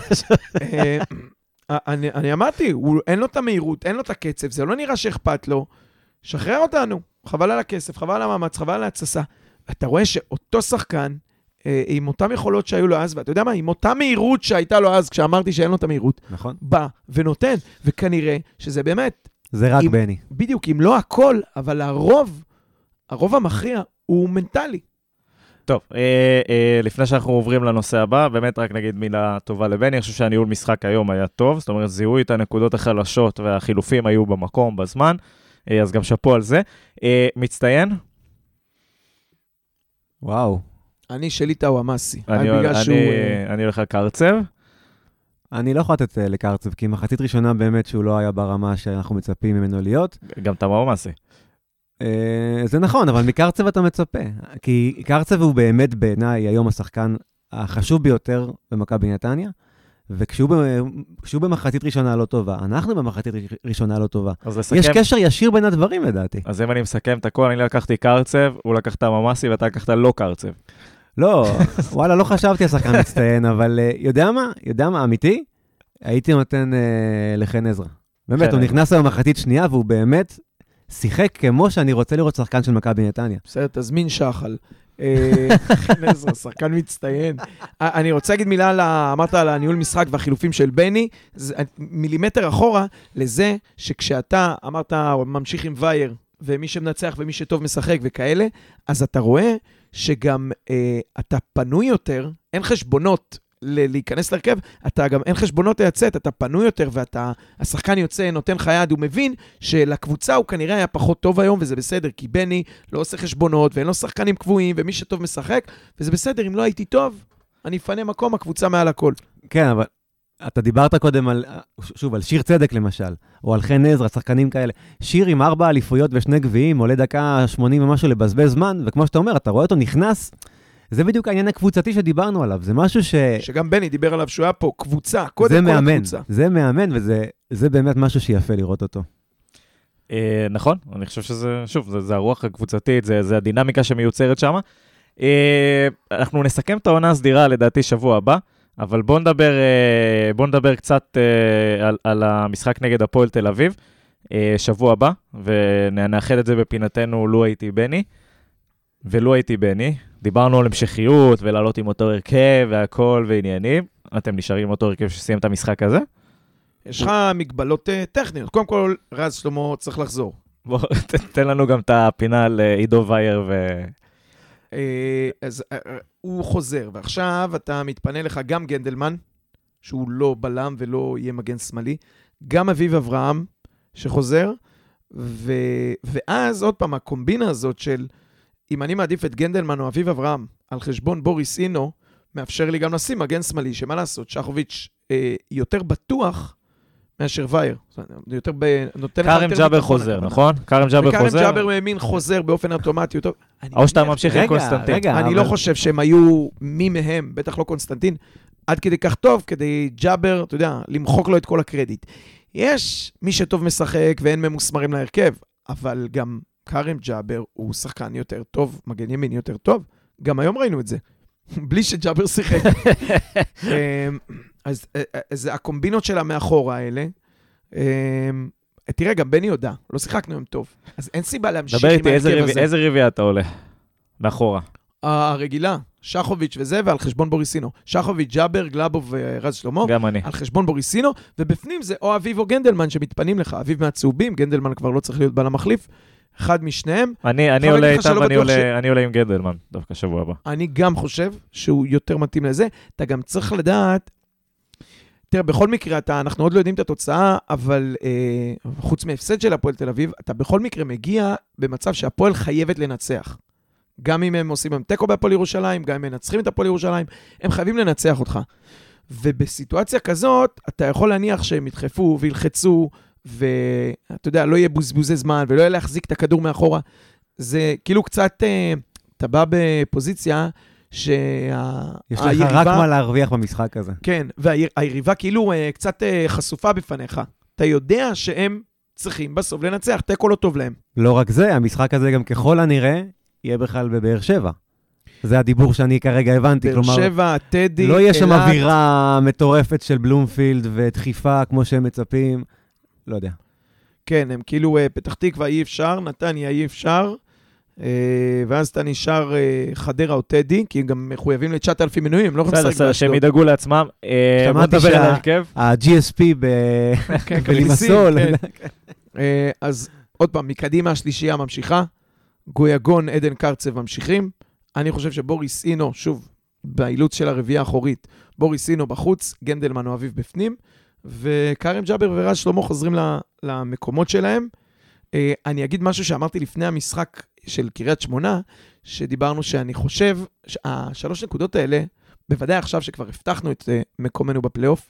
אני אמרתי, אין לו את המהירות, אין לו את הקצב, זה לא נראה שאכפת לו, שחרר אותנו, חבל על הכסף, חבל על המאמץ, חבל על ההצסה. אתה רואה שאותו שחקן, עם אותם יכולות שהיו לו אז, ואתה יודע מה, עם אותה מהירות שהייתה לו אז, כשאמרתי שאין לו את המהירות, נכון. בא ונותן, וכנראה שזה באמת... זה רק אם, בני. בדיוק, אם לא הכל, אבל הרוב, הרוב המכריע, הוא מנטלי. טוב, אה, אה, לפני שאנחנו עוברים לנושא הבא, באמת רק נגיד מילה טובה לבני, אני חושב שהניהול משחק היום היה טוב, זאת אומרת, זיהוי את הנקודות החלשות, והחילופים היו במקום, בזמן, אה, אז גם שפו על זה. אה, מצטיין? וואו. אני שלי טאו המאסי. אני, אני, שהוא... אני הולך לקרצב. אני לא יכול לתת לקרצב, כי מחצית ראשונה באמת שהוא לא היה ברמה שאנחנו מצפים ממנו להיות. גם תמר המאסי. זה נכון, אבל מקרצב אתה מצפה. כי קרצב הוא באמת בעיניי היום השחקן החשוב ביותר במכבי נתניה, וכשהוא במחצית ראשונה לא טובה, אנחנו במחצית ראשונה לא טובה. לסכם... יש קשר ישיר בין הדברים לדעתי. אז אם אני מסכם את הכל, אני לקחתי קרצב, הוא לקח את המאסי ואתה לקחת לא קרצב. לא, וואלה, לא חשבתי על שחקן מצטיין, אבל יודע מה? יודע מה, אמיתי? הייתי נותן לחן עזרא. באמת, הוא נכנס היום מחצית שנייה, והוא באמת שיחק כמו שאני רוצה לראות שחקן של מכבי נתניה. בסדר, תזמין שחל. חן עזרא, שחקן מצטיין. אני רוצה להגיד מילה, אמרת על הניהול משחק והחילופים של בני, מילימטר אחורה לזה שכשאתה אמרת, ממשיך עם וייר, ומי שמנצח ומי שטוב משחק וכאלה, אז אתה רואה שגם אה, אתה פנוי יותר, אין חשבונות ל- להיכנס לרכב, אתה גם אין חשבונות לייצאת, אתה פנוי יותר, ואתה, השחקן יוצא, נותן לך יד, הוא מבין שלקבוצה הוא כנראה היה פחות טוב היום, וזה בסדר, כי בני לא עושה חשבונות, ואין לו שחקנים קבועים, ומי שטוב משחק, וזה בסדר, אם לא הייתי טוב, אני אפנה מקום, הקבוצה מעל הכל. כן, אבל אתה דיברת קודם על, שוב, על שיר צדק למשל, או על חן עזרא, שחקנים כאלה. שיר עם ארבע אליפויות ושני גביעים, עולה דקה שמונים ומשהו לבזבז זמן, וכמו שאתה אומר, אתה רואה אותו נכנס, זה בדיוק העניין הקבוצתי שדיברנו עליו, זה משהו ש... שגם בני דיבר עליו שהוא היה פה, קבוצה, קודם כל מאמן, הקבוצה. זה מאמן, וזה זה באמת משהו שיפה לראות אותו. אה, נכון, אני חושב שזה, שוב, זה, זה הרוח הקבוצתית, זה, זה הדינמיקה שמיוצרת שם. אה, אנחנו נסכם את העונה הסדירה, לדעתי, שבוע הבא, אבל בואו נדבר, בוא נדבר קצת על, על המשחק נגד הפועל תל אביב. שבוע הבא, ונאחד את זה בפינתנו לו הייתי בני, ולו הייתי בני. דיברנו על המשכיות, ולעלות עם אותו הרכב, והכל ועניינים. אתם נשארים עם אותו הרכב שסיים את המשחק הזה? יש לך מגבלות טכניות. קודם כל, רז שלמה צריך לחזור. בוא, תן לנו גם את הפינה על עידו וייר ו... אז הוא חוזר, ועכשיו אתה מתפנה לך גם גנדלמן, שהוא לא בלם ולא יהיה מגן שמאלי, גם אביב אברהם שחוזר, ו... ואז עוד פעם, הקומבינה הזאת של אם אני מעדיף את גנדלמן או אביב אברהם על חשבון בוריס אינו, מאפשר לי גם לשים מגן שמאלי, שמה לעשות, שחוביץ' אה, יותר בטוח מאשר וייר. יותר ב... קארם ג'אבר חוזר, נכון? קארם ג'אבר חוזר. קארם ג'אבר מאמין חוזר באופן אוטומטי. או שאתה ממשיך עם קונסטנטין. אני לא חושב שהם היו מי מהם, בטח לא קונסטנטין, עד כדי כך טוב, כדי ג'אבר, אתה יודע, למחוק לו את כל הקרדיט. יש מי שטוב משחק ואין ממוסמרים להרכב, אבל גם קארם ג'אבר הוא שחקן יותר טוב, מגן ימין יותר טוב. גם היום ראינו את זה. בלי שג'אבר שיחק. אז, אז הקומבינות שלה מאחורה האלה, תראה, גם בני יודע, לא שיחקנו עם טוב. אז אין סיבה להמשיך עם ההרכב הזה. דבר איתי, איזה ריביה אתה עולה? מאחורה. הרגילה, שחוביץ' וזה, ועל חשבון בוריסינו. שחוביץ', ג'אבר, גלאבו ורז שלמה. גם אני. על חשבון בוריסינו, ובפנים זה או אביב או גנדלמן שמתפנים לך. אביב מהצהובים, גנדלמן כבר לא צריך להיות בעל המחליף. אחד משניהם. אני, אני עולה איתם, אני עולה, ש... אני עולה עם גנדלמן, דווקא שבוע הבא. אני גם חושב שהוא יותר מתאים לזה. אתה גם צריך לדעת, תראה, בכל מקרה, אתה, אנחנו עוד לא יודעים את התוצאה, אבל אה, חוץ מהפסד של הפועל תל אביב, אתה בכל מקרה מגיע במצב שהפועל חייבת לנצח. גם אם הם עושים עם טקו בהפועל ירושלים, גם אם הם מנצחים את הפועל ירושלים, הם חייבים לנצח אותך. ובסיטואציה כזאת, אתה יכול להניח שהם ידחפו וילחצו, ואתה יודע, לא יהיה בוזבוזי זמן, ולא יהיה להחזיק את הכדור מאחורה. זה כאילו קצת, אתה בא בפוזיציה שהיריבה... יש לך רק מה להרוויח במשחק הזה. כן, והיריבה כאילו קצת חשופה בפניך. אתה יודע שהם צריכים בסוף לנצח, תיקו לא טוב להם. לא רק זה, המשחק הזה גם ככל הנראה, יהיה בכלל בבאר שבע. זה הדיבור שאני כרגע הבנתי, כלומר... באר שבע, טדי, לא יש שם אווירה מטורפת של בלומפילד ודחיפה כמו שהם מצפים. לא יודע. כן, הם כאילו פתח תקווה אי אפשר, נתניה אי אפשר, ואז אתה נשאר חדרה או טדי, כי הם גם מחויבים ל-תשעת אלפים מנויים, הם לא יכולים לשחק באשדוד. שהם ידאגו לעצמם. שמעתי שה-ג'י אס פי בלימסול. אז עוד פעם, מקדימה השלישייה ממשיכה, גויגון, עדן קרצב ממשיכים. אני חושב שבוריס אינו, שוב, באילוץ של הרביעה האחורית, בוריס אינו בחוץ, גנדלמן או אביב בפנים, וקארם ג'אבר ורז שלמה חוזרים למקומות שלהם. אני אגיד משהו שאמרתי לפני המשחק של קריית שמונה, שדיברנו שאני חושב שהשלוש נקודות האלה, בוודאי עכשיו שכבר הבטחנו את מקומנו בפלייאוף,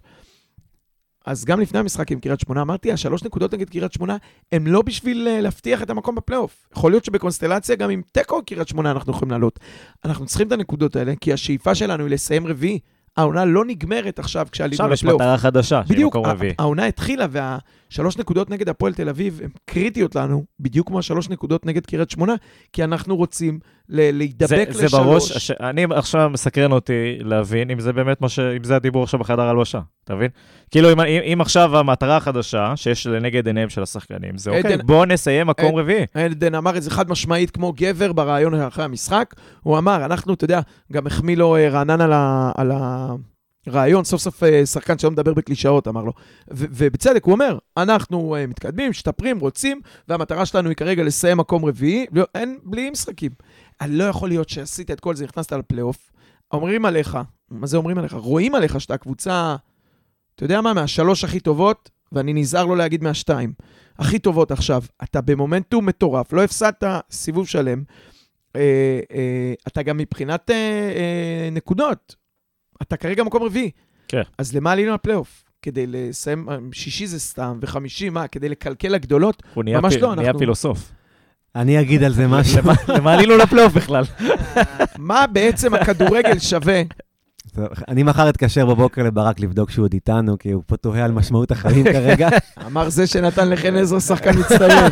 אז גם לפני המשחק עם קריית שמונה, אמרתי, השלוש נקודות נגד קריית שמונה, הם לא בשביל להבטיח את המקום בפלייאוף. יכול להיות שבקונסטלציה, גם עם טקו קריית שמונה אנחנו יכולים לעלות. אנחנו צריכים את הנקודות האלה, כי השאיפה שלנו היא לסיים רביעי. העונה לא נגמרת עכשיו כשעלינו לפלייאוף. עכשיו יש מטרה חדשה, בדיוק, העונה התחילה, והשלוש נקודות נגד הפועל תל אביב הן קריטיות לנו, בדיוק כמו השלוש נקודות נגד קריית שמונה, כי אנחנו רוצים להידבק לשלוש. זה בראש, אני עכשיו מסקרן אותי להבין אם זה באמת מה ש... אם זה הדיבור עכשיו בחדר הלבשה, אתה מבין? כאילו, אם, אם עכשיו המטרה החדשה שיש לנגד עיניהם של השחקנים, זה אוקיי, בואו נסיים מקום רביעי. עדן אמר את זה חד משמעית כמו גבר ברעיון אחרי המשחק, הוא אמר, אנחנו, אתה יודע, גם החמיא לו רענן על ה... על ה... רעיון, סוף סוף שחקן שלא מדבר בקלישאות, אמר לו. ו- ובצדק הוא אומר, אנחנו uh, מתקדמים, משתפרים, רוצים, והמטרה שלנו היא כרגע לסיים מקום רביעי, אין, בלי משחקים. אני לא יכול להיות שעשית את כל זה, נכנסת לפלייאוף, אומרים עליך, מה זה אומרים עליך? רואים עליך שאתה קבוצה, אתה יודע מה, מהשלוש הכי טובות, ואני נזהר לא להגיד מהשתיים, הכי טובות עכשיו, אתה במומנטום מטורף, לא הפסדת סיבוב שלם, אה, אה, אתה גם מבחינת אה, אה, נקודות, אתה כרגע מקום רביעי. כן. אז למה עלינו לפלייאוף? כדי לסיים, שישי זה סתם, וחמישי, מה? כדי לקלקל הגדולות? ממש לא, אנחנו... נהיה פילוסוף. אני אגיד על זה משהו. למה עלינו לפלייאוף בכלל? מה בעצם הכדורגל שווה? אני מחר אתקשר בבוקר לברק לבדוק שהוא עוד איתנו, כי הוא פה תוהה על משמעות החיים כרגע. אמר זה שנתן לכן עזר שחקן מצטיין.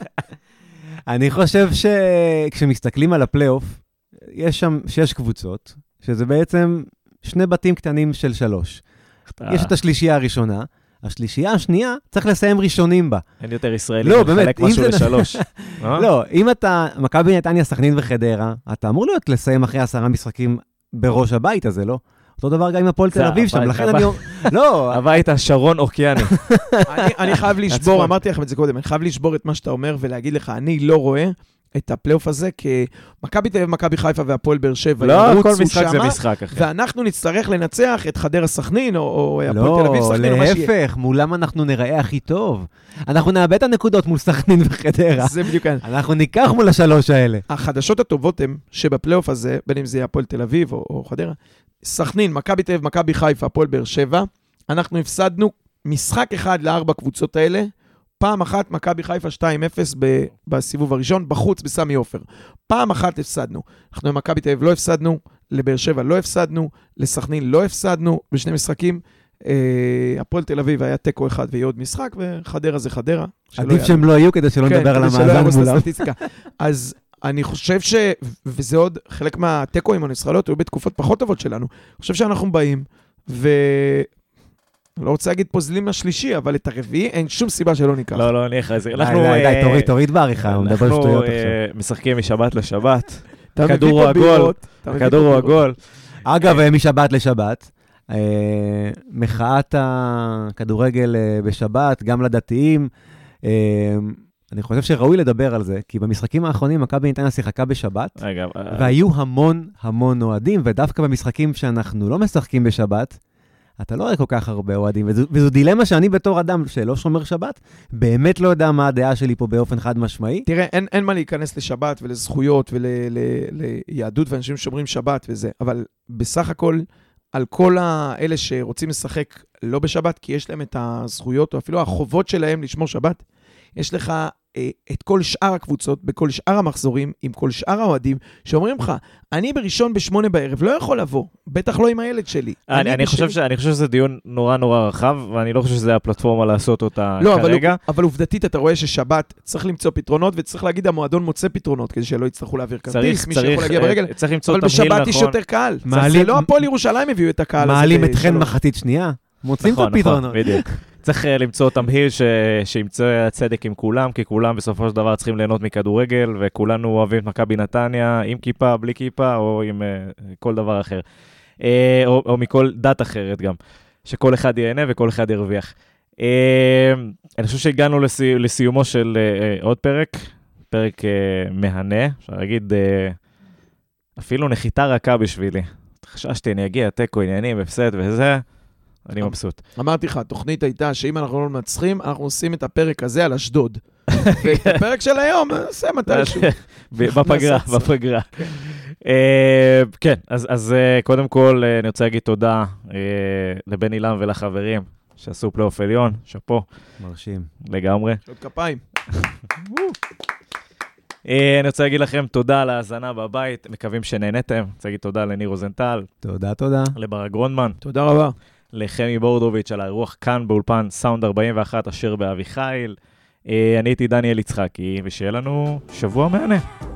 אני חושב שכשמסתכלים על הפלייאוף, יש שם שש קבוצות, שזה בעצם... שני בתים קטנים של שלוש. יש את השלישייה הראשונה, השלישייה השנייה, צריך לסיים ראשונים בה. אין יותר ישראלי, לא, באמת, לחלק אם משהו זה- לשלוש. אה? לא, אם אתה, מכבי נתניה, סכנין וחדרה, אתה אמור להיות לסיים אחרי עשרה משחקים בראש הבית הזה, לא? אותו דבר גם עם הפועל תל זה אביב שם, הבית, לכן הבית. אני אומר, לא, הבית השרון אוקיאני. אני, אני חייב לשבור, הצפון. אמרתי לכם את זה קודם, אני חייב לשבור את מה שאתה אומר ולהגיד לך, אני לא רואה את הפלייאוף הזה כמכבי תל אביב, מכבי חיפה והפועל באר שבע. לא, ירוצו כל משחק זה שמה, משחק אחר. ואנחנו נצטרך לנצח את חדרה סכנין, או, או הפועל תל אביב לא, סכנין, או מה שיהיה. להפך, מולם אנחנו נראה הכי טוב. אנחנו נאבד את הנקודות מול סכנין וחדרה. זה בדיוק העניין. אנחנו ניקח מול השלוש האלה. החדשות הטובות הן שבפלייאוף הזה, בין אם זה יהיה הפועל תל אביב או, או חדרה, סכנין, מכבי תל אביב, מכבי חיפה, הפועל באר שבע, אנחנו הפסדנו משחק אחד לארבע קבוצות האלה, פעם אחת מכבי חיפה שתיים אפס ב- בסיבוב הראשון, בחוץ בסמי עופר. פעם אחת הפסדנו. אנחנו במכבי תל אביב לא הפסדנו, לבאר שבע לא הפסדנו, לסכנין לא הפסדנו בשני משחקים. אה, הפועל תל אביב היה תיקו אחד ויהיה עוד משחק, וחדרה זה חדרה. שלא עדיף יעלו. שהם לא יהיו כדי שלא כן, נדבר על כדי שלא המאזן יהרוס את מולם. הסטטיסטיקה. אז אני חושב ש... וזה עוד חלק מהטקואים הנצחלות, היו בתקופות פחות טובות שלנו. אני חושב שאנחנו באים, ו... אני לא רוצה להגיד פוזלים לשלישי, אבל את הרביעי אין שום סיבה שלא ניקח. לא, לא, אני אחרי זה. די, אנחנו, די, די, אה, תוריד, תוריד בעריכה, הוא מדבר אנחנו שטויות אה, עכשיו. משחקים משבת לשבת. אתה מביא הכדור פה הוא עגול, בירות, אתה מביא הכדור פה הוא בירות. עגול. אגב, אה, משבת לשבת, אה, מחאת הכדורגל אה, בשבת, גם לדתיים, אה, אני חושב שראוי לדבר על זה, כי במשחקים האחרונים מכבי נתניה שיחקה בשבת, רגע, אה, והיו המון המון אוהדים, ודווקא במשחקים שאנחנו לא משחקים בשבת, אתה לא רואה כל כך הרבה אוהדים, וזו, וזו דילמה שאני בתור אדם שלא שומר שבת, באמת לא יודע מה הדעה שלי פה באופן חד משמעי. תראה, אין, אין מה להיכנס לשבת ולזכויות וליהדות ואנשים שומרים שבת וזה, אבל בסך הכל, על כל האלה שרוצים לשחק לא בשבת, כי יש להם את הזכויות או אפילו החובות שלהם לשמור שבת, יש לך אה, את כל שאר הקבוצות, בכל שאר המחזורים, עם כל שאר האוהדים, שאומרים לך, אני בראשון בשמונה בערב לא יכול לבוא, בטח לא עם הילד שלי. אני, אני, בשני- חושב ש, אני חושב שזה דיון נורא נורא רחב, ואני לא חושב שזה הפלטפורמה לעשות אותה לא, אבל, כרגע. אבל עובדתית אתה רואה ששבת צריך למצוא פתרונות, וצריך להגיד המועדון מוצא פתרונות, כדי שלא יצטרכו להעביר כרטיס, צריך, מי שיכול צריך, להגיע אה, ברגל. צריך למצוא אבל תמהיל בשבת יש נכון. יותר קהל. מעלים- זה לא הפועל ירושלים הביאו את הקהל הזה. מעלים אתכן בשלוש. מחצית שנייה, מוצאים את נכון, הפתרונות. נכון, בדיוק. צריך אה, למצוא תמהיל ש... שימצא צדק עם כולם, כי כולם בסופו של דבר צריכים ליהנות מכדורגל, וכולנו אוהבים את מכבי נתניה, עם כיפה, בלי כיפה, או עם uh, כל דבר אחר. Uh, או, או מכל דת אחרת גם, שכל אחד ייהנה וכל אחד ירוויח. Uh, אני חושב שהגענו לסי... לסיומו של uh, עוד פרק, פרק uh, מהנה, אפשר להגיד, uh, אפילו נחיתה רכה בשבילי. חששתי, אני אגיע, תיקו, עניינים, הפסד וזה, אני מבסוט. אמרתי לך, התוכנית הייתה שאם אנחנו לא מנצחים, אנחנו עושים את הפרק הזה על אשדוד. ואת הפרק של היום, נעשה מתישהו. בפגרה, נעשה בפגרה. אה, כן, אז אז, אה, קודם כל אה, אני רוצה להגיד תודה אה, לבן אילם ולחברים שעשו פלייאוף עליון, שאפו, מרשים. לגמרי. עוד כפיים. אה, אני רוצה להגיד לכם תודה על ההאזנה בבית, מקווים שנהנתם. אני רוצה להגיד תודה לניר רוזנטל, תודה, תודה. לברק גרונדמן, תודה רבה. לחמי בורדוביץ' על האירוח כאן באולפן סאונד ארבעים ואחת אשר באביחיל. אה, אני הייתי דניאל יצחקי, ושיהיה לנו שבוע מהנה.